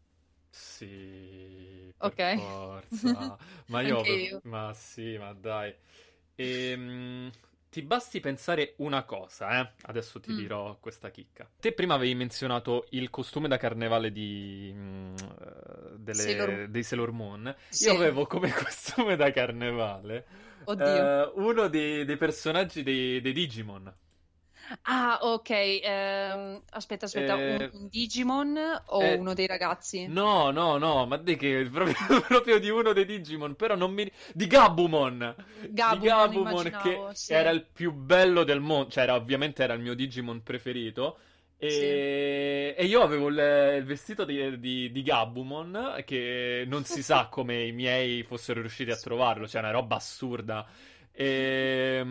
sì, per Ok. forza. Ma io Anche avevo... io. Ma sì, ma dai. Ehm, ti basti pensare una cosa, eh? Adesso ti Mm, dirò questa chicca. Te prima avevi menzionato il costume da carnevale di, mm, eh, Sailor delle- Moon. dei Sailor Moon. Io Sì. avevo come costume da carnevale Oddio. eh, uno dei, dei personaggi dei, dei Digimon. Ah, ok. ehm, aspetta, aspetta, un, Eh, un Digimon o eh, uno dei ragazzi? no, no, no, ma di che? Proprio, proprio di uno dei Digimon, però non mi... Di Gabumon! Di Gabumon, Gabumon, che immaginavo, sì. era il più bello del mondo, cioè era, ovviamente era il mio Digimon preferito. Sì. E, e io avevo il, il vestito di, di, di Gabumon, che non si sa come i miei fossero riusciti a trovarlo, cioè una roba assurda. E,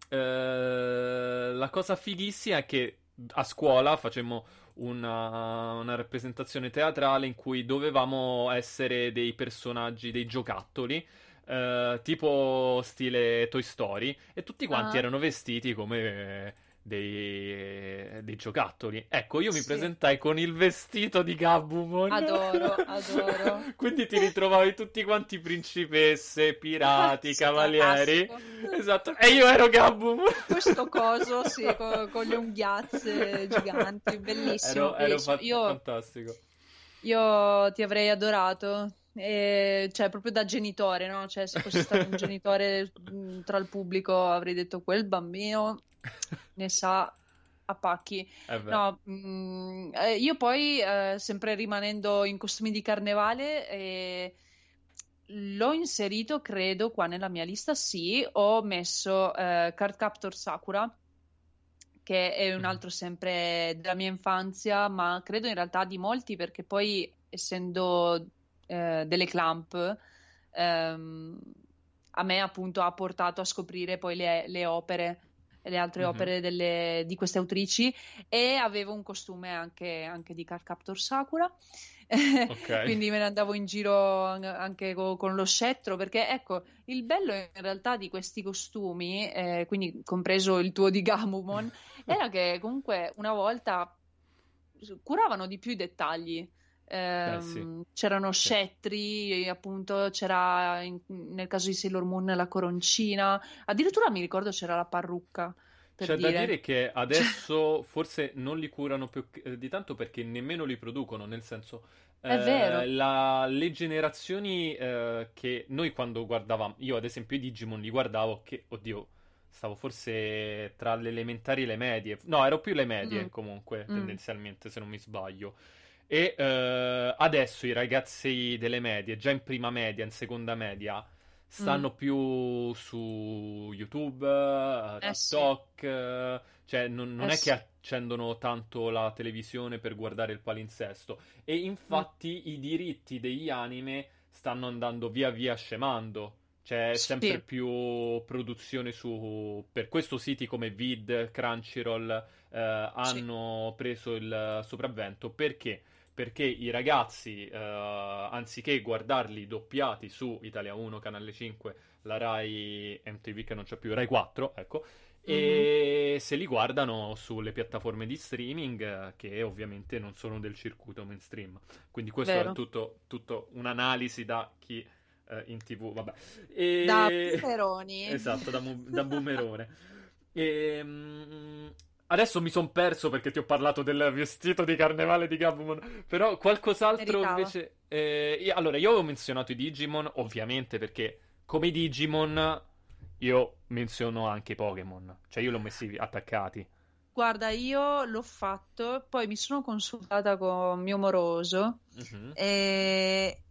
eh, la cosa fighissima è che a scuola facemmo una, una rappresentazione teatrale in cui dovevamo essere dei personaggi, dei giocattoli, eh, tipo stile Toy Story, e tutti quanti Ah, erano vestiti come dei, dei giocattoli. Ecco, io mi sì. presentai con il vestito di Gabumon. Adoro, adoro. Quindi ti ritrovavi tutti quanti principesse, pirati, cavalieri. Classico. Esatto, e io ero Gabumon. Questo coso, sì, co- con, le unghiazze giganti, bellissimo, Ero, ero bellissimo. fa- Io, fantastico. io ti avrei adorato, e, cioè proprio da genitore, no? Cioè, se fossi stato un genitore mh, tra il pubblico avrei detto quel bambino ne sa a pacchi. Eh beh. No, mh, eh, io poi, eh, sempre rimanendo in costumi di carnevale, eh, l'ho inserito, credo, qua nella mia lista, sì, ho messo eh, Cardcaptor Sakura, che è un Mhm. altro sempre della mia infanzia, ma credo in realtà di molti, perché poi, essendo eh, delle clamp, ehm, a me appunto ha portato a scoprire poi le, le opere, le altre Mhm. opere delle- di queste autrici, e avevo un costume anche, anche di Cardcaptor Sakura. Ok. Quindi me ne andavo in giro an- anche co- con lo scettro, perché ecco, il bello in realtà di questi costumi, eh, quindi compreso il tuo di Gamumon, era che comunque una volta curavano di più i dettagli. Beh, sì, Ehm, c'erano sì. scettri, appunto, c'era in- nel caso di Sailor Moon la coroncina, addirittura mi ricordo c'era la parrucca, per C'è da dire. dire che adesso forse non li curano più eh, di tanto perché nemmeno li producono, nel senso, È eh, vero. la- le generazioni eh, che noi quando guardavamo, io ad esempio i Digimon li guardavo che, oddio, stavo forse tra le elementari e le medie, no, ero più le medie Mm, comunque, mm, tendenzialmente, se non mi sbaglio. E eh, adesso i ragazzi delle medie, già in prima media, in seconda media, mm. stanno più su YouTube, eh, Eh sì, TikTok, eh, cioè non, non eh è che sì. accendono tanto la televisione per guardare il palinsesto. E Mm, infatti i diritti degli anime stanno andando via via scemando. C'è sempre sì, più produzione su... Per questo siti come Vid, Crunchyroll, eh, sì. hanno preso il sopravvento. Perché? Perché i ragazzi, eh, anziché guardarli doppiati su Italia uno, Canale cinque, la Rai M T V che non c'è più, Rai quattro, ecco, Mhm. e se li guardano sulle piattaforme di streaming eh, che ovviamente non sono del circuito mainstream. Quindi questo è Vero. tutto, tutto un'analisi da chi eh, in T V, vabbè. Da E... Pumeroni. Esatto, da, mu- da boomerone. E, mm, adesso mi son perso perché ti ho parlato del vestito di carnevale di Gabumon, però qualcos'altro Meritava. invece... eh, io- allora, io avevo menzionato i Digimon, ovviamente, perché come i Digimon io menziono anche i Pokémon, cioè io li ho messi attaccati. guarda, io l'ho fatto, poi mi sono consultata con mio moroso Mhm. e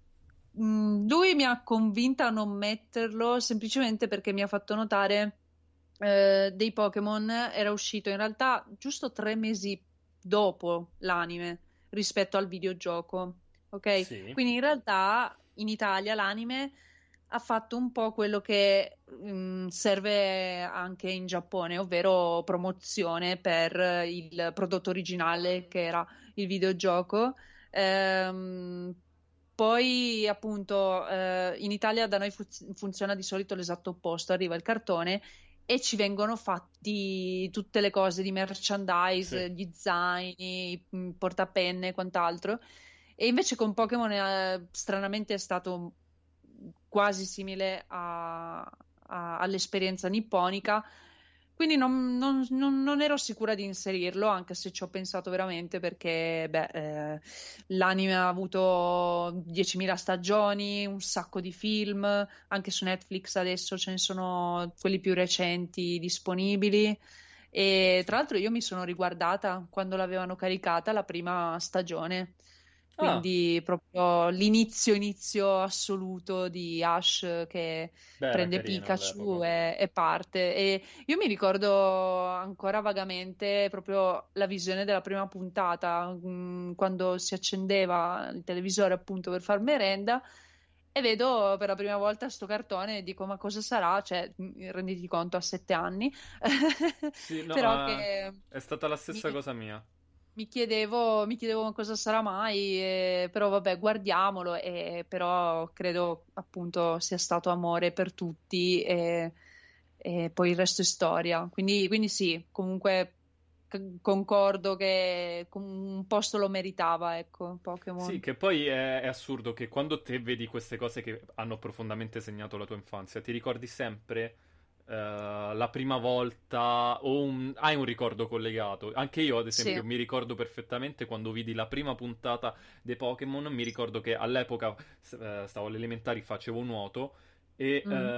mm, lui mi ha convinta a non metterlo semplicemente perché mi ha fatto notare eh, dei Pokémon era uscito in realtà giusto tre mesi dopo l'anime rispetto al videogioco, ok? Sì, Quindi in realtà in Italia l'anime ha fatto un po' quello che mm, serve anche in Giappone, ovvero promozione per il prodotto originale che era il videogioco. Ehm, Poi, appunto, eh, in Italia da noi fu- funziona di solito l'esatto opposto: arriva il cartone e ci vengono fatti tutte le cose di sì. merchandise, gli zaini, i mm, portapenne e quant'altro. E invece con Pokémon, eh, stranamente, è stato quasi simile a- a- all'esperienza nipponica. Quindi non, non- non- non ero sicura di inserirlo, anche se ci ho pensato veramente perché, beh, eh, l'anime ha avuto diecimila stagioni, un sacco di film, anche su Netflix adesso ce ne sono quelli più recenti disponibili. E Sì. tra l'altro io mi sono riguardata quando l'avevano caricata la prima stagione, Ah, quindi proprio l'inizio inizio assoluto di Ash che beh, era prende carino Pikachu all'epoca. e, e parte. E io mi ricordo ancora vagamente proprio la visione della prima puntata, mh, quando si accendeva il televisore appunto per far merenda. E vedo per la prima volta sto cartone e dico: ma cosa sarà? Cioè, mh, renditi conto, a sette anni. Sì, no, Però ah, che è stata la mi, stessa cosa mia. mi chiedevo, mi chiedevo cosa sarà mai, eh, però vabbè, guardiamolo, e, però credo appunto sia stato amore per tutti e, e poi il resto è storia. Quindi, quindi sì, comunque c- concordo che con- un posto lo meritava, ecco, Sì, Pokémon. che poi è, è assurdo che quando te vedi queste cose che hanno profondamente segnato la tua infanzia, ti ricordi sempre eh, la prima volta o un- hai un ricordo collegato. Anche io, ad Sì. esempio, mi ricordo perfettamente quando vidi la prima puntata dei Pokémon, mi ricordo che all'epoca s- eh, stavo alle elementari, facevo nuoto e Mm.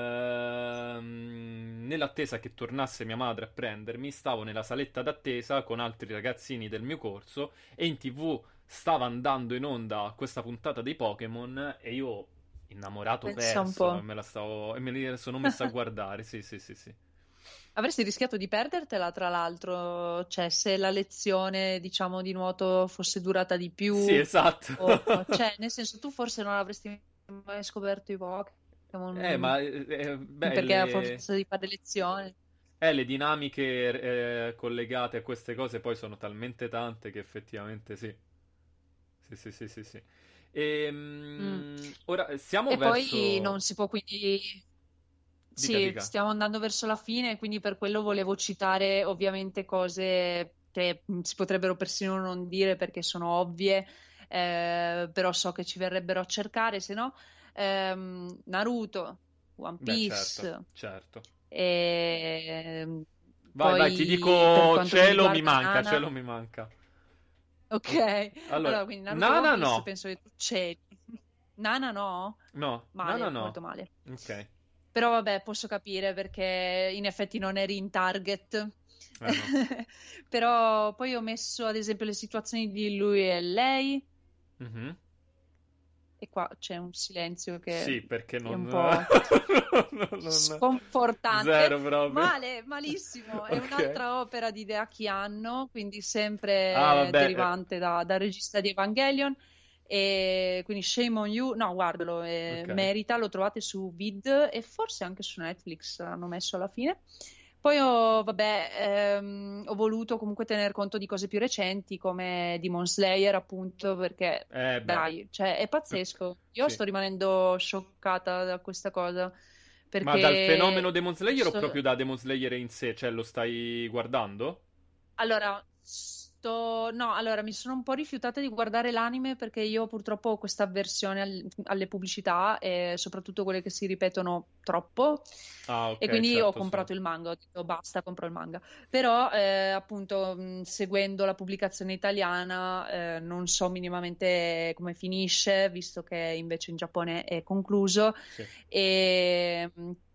ehm, nell'attesa che tornasse mia madre a prendermi, stavo nella saletta d'attesa con altri ragazzini del mio corso e in T V stava andando in onda questa puntata dei Pokémon e io, innamorato Pensa un perso, e po'. me la stavo, e me li sono messo a guardare. Sì, sì, sì, sì. Avresti rischiato di perdertela, tra l'altro, cioè se la lezione, diciamo, di nuoto fosse durata di più, Sì, esatto. o, cioè, nel senso, tu forse non avresti mai scoperto i Eh, Pokémon, ma eh, eh, beh, perché a le, forza di fare lezione. eh, le dinamiche eh, collegate a queste cose poi sono talmente tante che effettivamente sì. Sì, sì, sì, sì, sì. Mm. Ehm, ora siamo E poi verso... non si può quindi. Dica, Sì, dica. stiamo andando verso la fine, quindi per quello volevo citare ovviamente cose che mh, si potrebbero persino non dire perché sono ovvie, eh, però so che ci verrebbero a cercare, se no, ehm, Naruto, One Beh, certo, Piece, certo. e Vai, vai, ti poi per dico quanto mi cielo mi riguarda manca, Nana, cielo mi manca. ok, Ok. Allora, allora quindi Naruto e One Nana Piece no. penso che tu c'eri. Nana no? No, Nana Male, no. molto male. Ok. Però vabbè, posso capire perché in effetti non eri in target. Eh no. Però poi ho messo ad esempio le situazioni di lui e lei, Mhm. e qua c'è un silenzio che Sì, perché è un non... po' non, non... sconfortante. Zero proprio. Male, malissimo. È Ok. un'altra opera di Hideaki Anno, quindi Ah, sempre vabbè. eh, derivante da- dal regista di Evangelion. E quindi Shame on You, no, guardalo, eh, Ok. merita, lo trovate su Vid e forse anche su Netflix hanno messo alla fine. Poi ho, vabbè, ehm, ho voluto comunque tener conto di cose più recenti come Demon Slayer, appunto, perché Eh beh. dai, cioè è Per- pazzesco. Io Sì. sto rimanendo scioccata da questa cosa Ma dal fenomeno perché Demon Slayer o sto- proprio da Demon Slayer in sé? Cioè, lo stai guardando? allora, sto... no, allora mi sono un po' rifiutata di guardare l'anime perché io purtroppo ho questa avversione al- alle pubblicità e soprattutto quelle che si ripetono troppo. Ah, E ok, quindi ho certo, so. comprato il manga, ho detto basta, compro il manga. Però, eh, appunto, mh, seguendo la pubblicazione italiana, eh, non so minimamente come finisce, visto che invece in Giappone è concluso. Sì. E mh,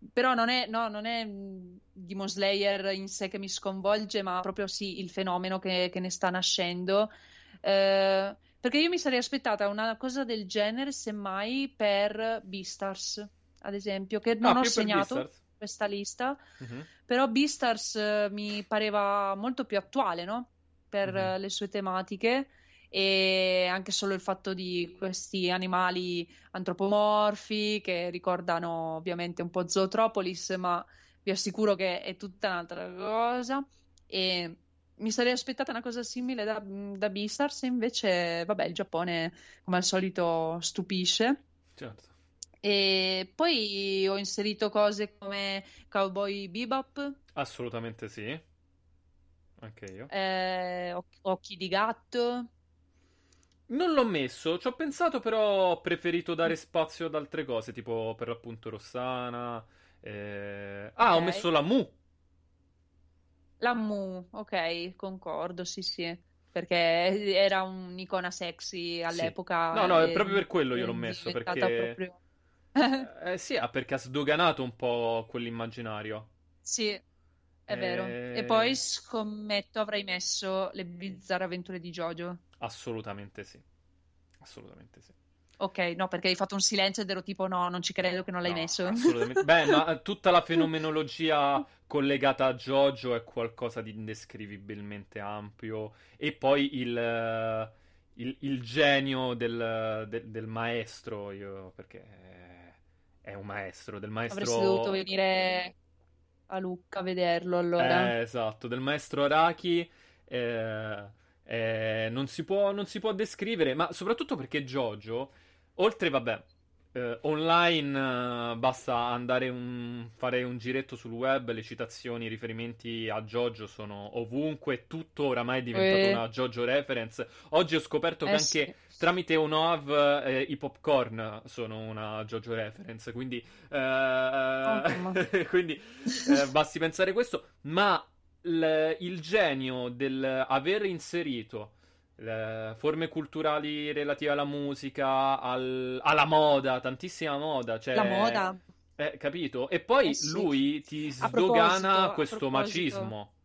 però non è, no, non è mh, Demon Slayer in sé che mi sconvolge, ma proprio sì il fenomeno che, che ne sta nascendo. Eh, perché io mi sarei aspettata una cosa del genere, semmai per Beastars, ad esempio, che Ah, non ho più per segnato Beastars. questa lista, Mhm, però Beastars eh, mi pareva molto più attuale, no? Per mhm. eh, le sue tematiche e anche solo il fatto di questi animali antropomorfi che ricordano ovviamente un po' Zootropolis, ma vi assicuro che è tutta un'altra cosa. E mi sarei aspettata una cosa simile da, da Beastars, e invece, vabbè, il Giappone come al solito stupisce. Certo. E poi ho inserito cose come Cowboy Bebop, Assolutamente sì, anche io. eh, Oc- Occhi di gatto. Non l'ho messo, ci ho pensato, però ho preferito dare spazio ad altre cose, tipo per l'appunto Rossana. eh, Ah, ho Ok. messo la Mu. La Mu, ok, concordo, sì, sì, perché era un'icona sexy Sì. No, all'epoca no, è e proprio per quello io è l'ho messo, diventata perché... proprio... Eh, sì, ah, perché ha sdoganato un po' quell'immaginario. Sì, è vero. E poi Eh, scommetto avrei messo le bizzarre avventure di JoJo. Assolutamente sì. Assolutamente sì. Ok, no, perché hai fatto un silenzio ed ero tipo no, non ci credo che non l'hai No, messo. assolutamente. Beh, ma tutta la fenomenologia collegata a JoJo è qualcosa di indescrivibilmente ampio. E poi il, eh, il- il genio del, del- del maestro, io, perché è un maestro, del Avresti dovuto maestro... venire a Lucca a vederlo allora. Eh, esatto, del maestro Araki. eh, eh, non si può, non si può descrivere, ma soprattutto perché JoJo, oltre, vabbè, eh, online eh, basta andare un, fare un giretto sul web, le citazioni, i riferimenti a JoJo sono ovunque, tutto oramai è diventato Eh, una JoJo reference. Oggi ho scoperto che eh sì. anche tramite Unoav eh, i popcorn sono una JoJo reference, quindi, Oh, mamma. eh, quindi eh, basti pensare questo, ma l- il genio del aver inserito le forme culturali relative alla musica, al- alla moda, tantissima moda, La cioè, moda, eh, capito? E eh poi sì. lui ti A sdogana proposito, a questo proposito. macismo.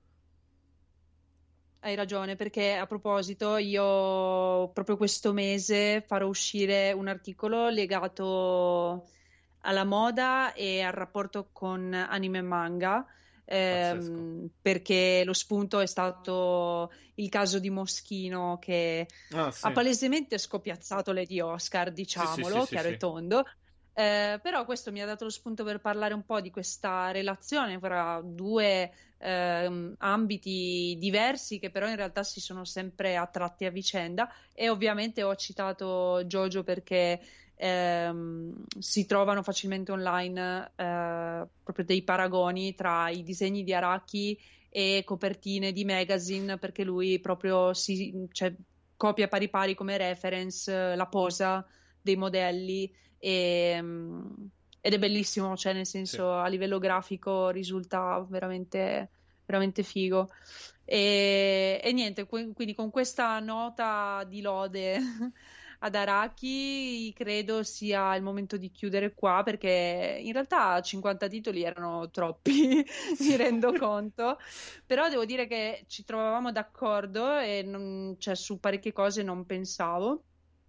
Hai ragione, perché a proposito, io proprio questo mese farò uscire un articolo legato alla moda e al rapporto con anime e manga, Pazzesco. ehm, perché lo spunto è stato il caso di Moschino che Ah, ha sì. palesemente scopiazzato Lady Oscar, Sì, sì, sì, diciamolo, sì, chiaro e sì. tondo. Eh, però questo mi ha dato lo spunto per parlare un po' di questa relazione fra due ehm, ambiti diversi che però in realtà si sono sempre attratti a vicenda e ovviamente ho citato Jojo perché ehm, si trovano facilmente online eh, proprio dei paragoni tra i disegni di Araki e copertine di magazine perché lui proprio si, cioè, copia pari pari come reference eh, la posa dei modelli e, mh, ed è bellissimo, cioè nel Sì. senso a livello grafico risulta veramente, veramente figo. E, e niente, qui- quindi con questa nota di lode ad Araki credo sia il momento di chiudere qua perché in realtà cinquanta titoli erano troppi, mi Sì. rendo conto, però devo dire che ci trovavamo d'accordo e non- cioè, su parecchie cose non pensavo.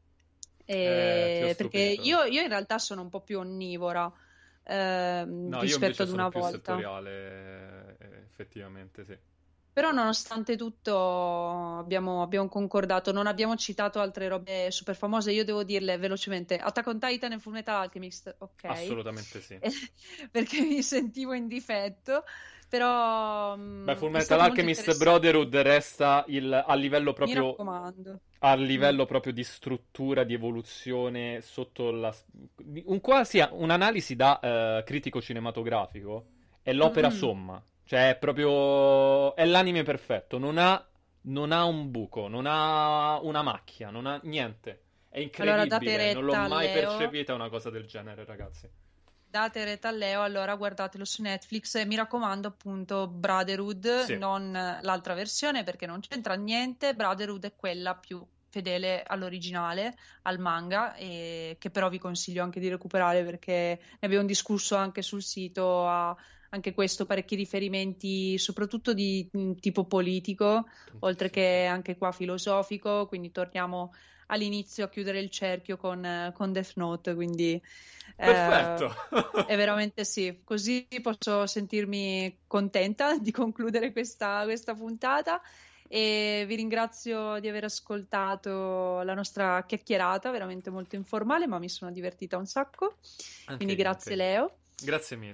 Eh, ti ho Eh, perché stupito. io, io in realtà sono un po' più onnivora ehm, No, io rispetto invece ad sono una più volta. settoriale, eh, effettivamente, sì. Però nonostante tutto abbiamo, abbiamo concordato, non abbiamo citato altre robe super famose, io devo dirle velocemente, Attack on Titan e Fullmetal Alchemist, ok, Assolutamente sì. perché mi sentivo in difetto, però Beh, mh, è Fullmetal stato molto Alchemist interessante, Brotherhood resta il, a livello mi proprio raccomando. a Mm. livello proprio di struttura, di evoluzione sotto la un quasi un'analisi da eh, critico cinematografico è l'opera Mm-mm. somma, cioè è proprio è l'anime perfetto, non ha non ha un buco, non ha una macchia, non ha niente. È Allora date incredibile, non l'ho retta a mai Leo. percepita una cosa del genere, ragazzi. Date retta a Leo, allora guardatelo su Netflix e mi raccomando appunto Brotherhood, Sì. non l'altra versione perché non c'entra niente, Brotherhood è quella più fedele all'originale, al manga, e che però vi consiglio anche di recuperare perché ne abbiamo discusso anche sul sito, ha anche questo parecchi riferimenti soprattutto di mh, tipo politico, oltre che anche qua filosofico, quindi torniamo all'inizio a chiudere il cerchio con, eh, con Death Note, quindi Perfetto. eh, è veramente sì, così posso sentirmi contenta di concludere questa, questa puntata. E vi ringrazio di aver ascoltato la nostra chiacchierata, veramente molto informale, ma mi sono divertita un sacco. Anche Quindi io, grazie anche io. Leo. Grazie mille.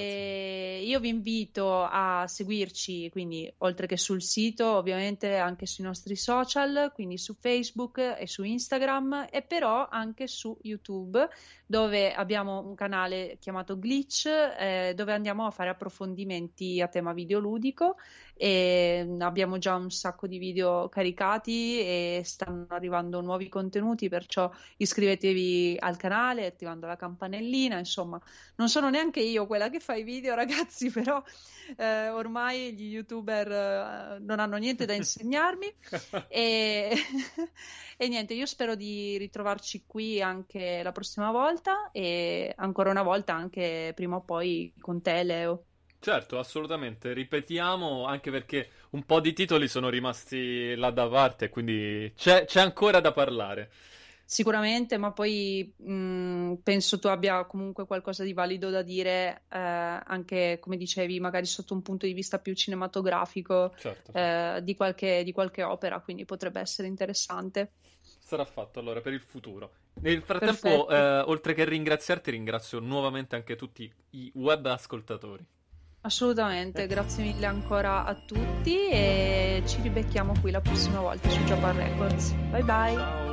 E io vi invito a seguirci, quindi oltre che sul sito, ovviamente anche sui nostri social, quindi su Facebook e su Instagram, e però anche su YouTube, dove abbiamo un canale chiamato Glitch, eh, dove andiamo a fare approfondimenti a tema videoludico, e abbiamo già un sacco di video caricati e stanno arrivando nuovi contenuti, perciò iscrivetevi al canale attivando la campanellina. Insomma, non sono neanche io quella che fa i video, ragazzi, però eh, ormai gli youtuber eh, non hanno niente da insegnarmi e... e niente, io spero di ritrovarci qui anche la prossima volta e ancora una volta anche prima o poi con te, Leo. Certo, assolutamente, ripetiamo, anche perché un po' di titoli sono rimasti là da parte, quindi c'è, c'è ancora da parlare. Sicuramente, ma poi mh, penso tu abbia comunque qualcosa di valido da dire, eh, anche come dicevi, magari sotto un punto di vista più cinematografico, Certo. eh, di qualche, di qualche opera, quindi potrebbe essere interessante. Sarà fatto allora per il futuro. Nel frattempo, Perfetto. eh, oltre che ringraziarti, ringrazio nuovamente anche tutti i web ascoltatori. Assolutamente, grazie mille ancora a tutti e ci ribecchiamo qui la prossima volta su Japan Records. Bye bye. Ciao.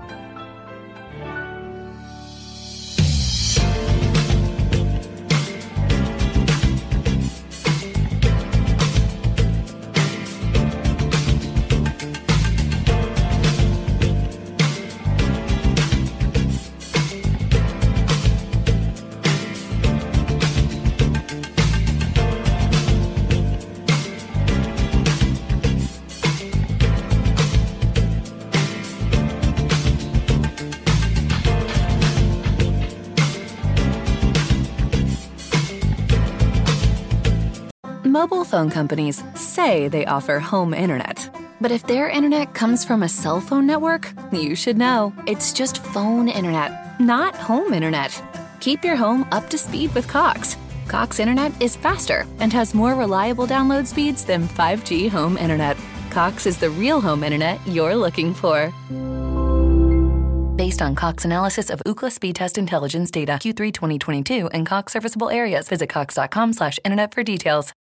Mobile phone companies say they offer home internet. But if their internet comes from a cell phone network, you should know. It's just phone internet, not home internet. Keep your home up to speed with Cox. Cox internet is faster and has more reliable download speeds than five G home internet. Cox is the real home internet you're looking for. Based on Cox analysis of Ookla speed test intelligence data Q three twenty twenty-two and Cox serviceable areas, visit cox dot com slash internet for details.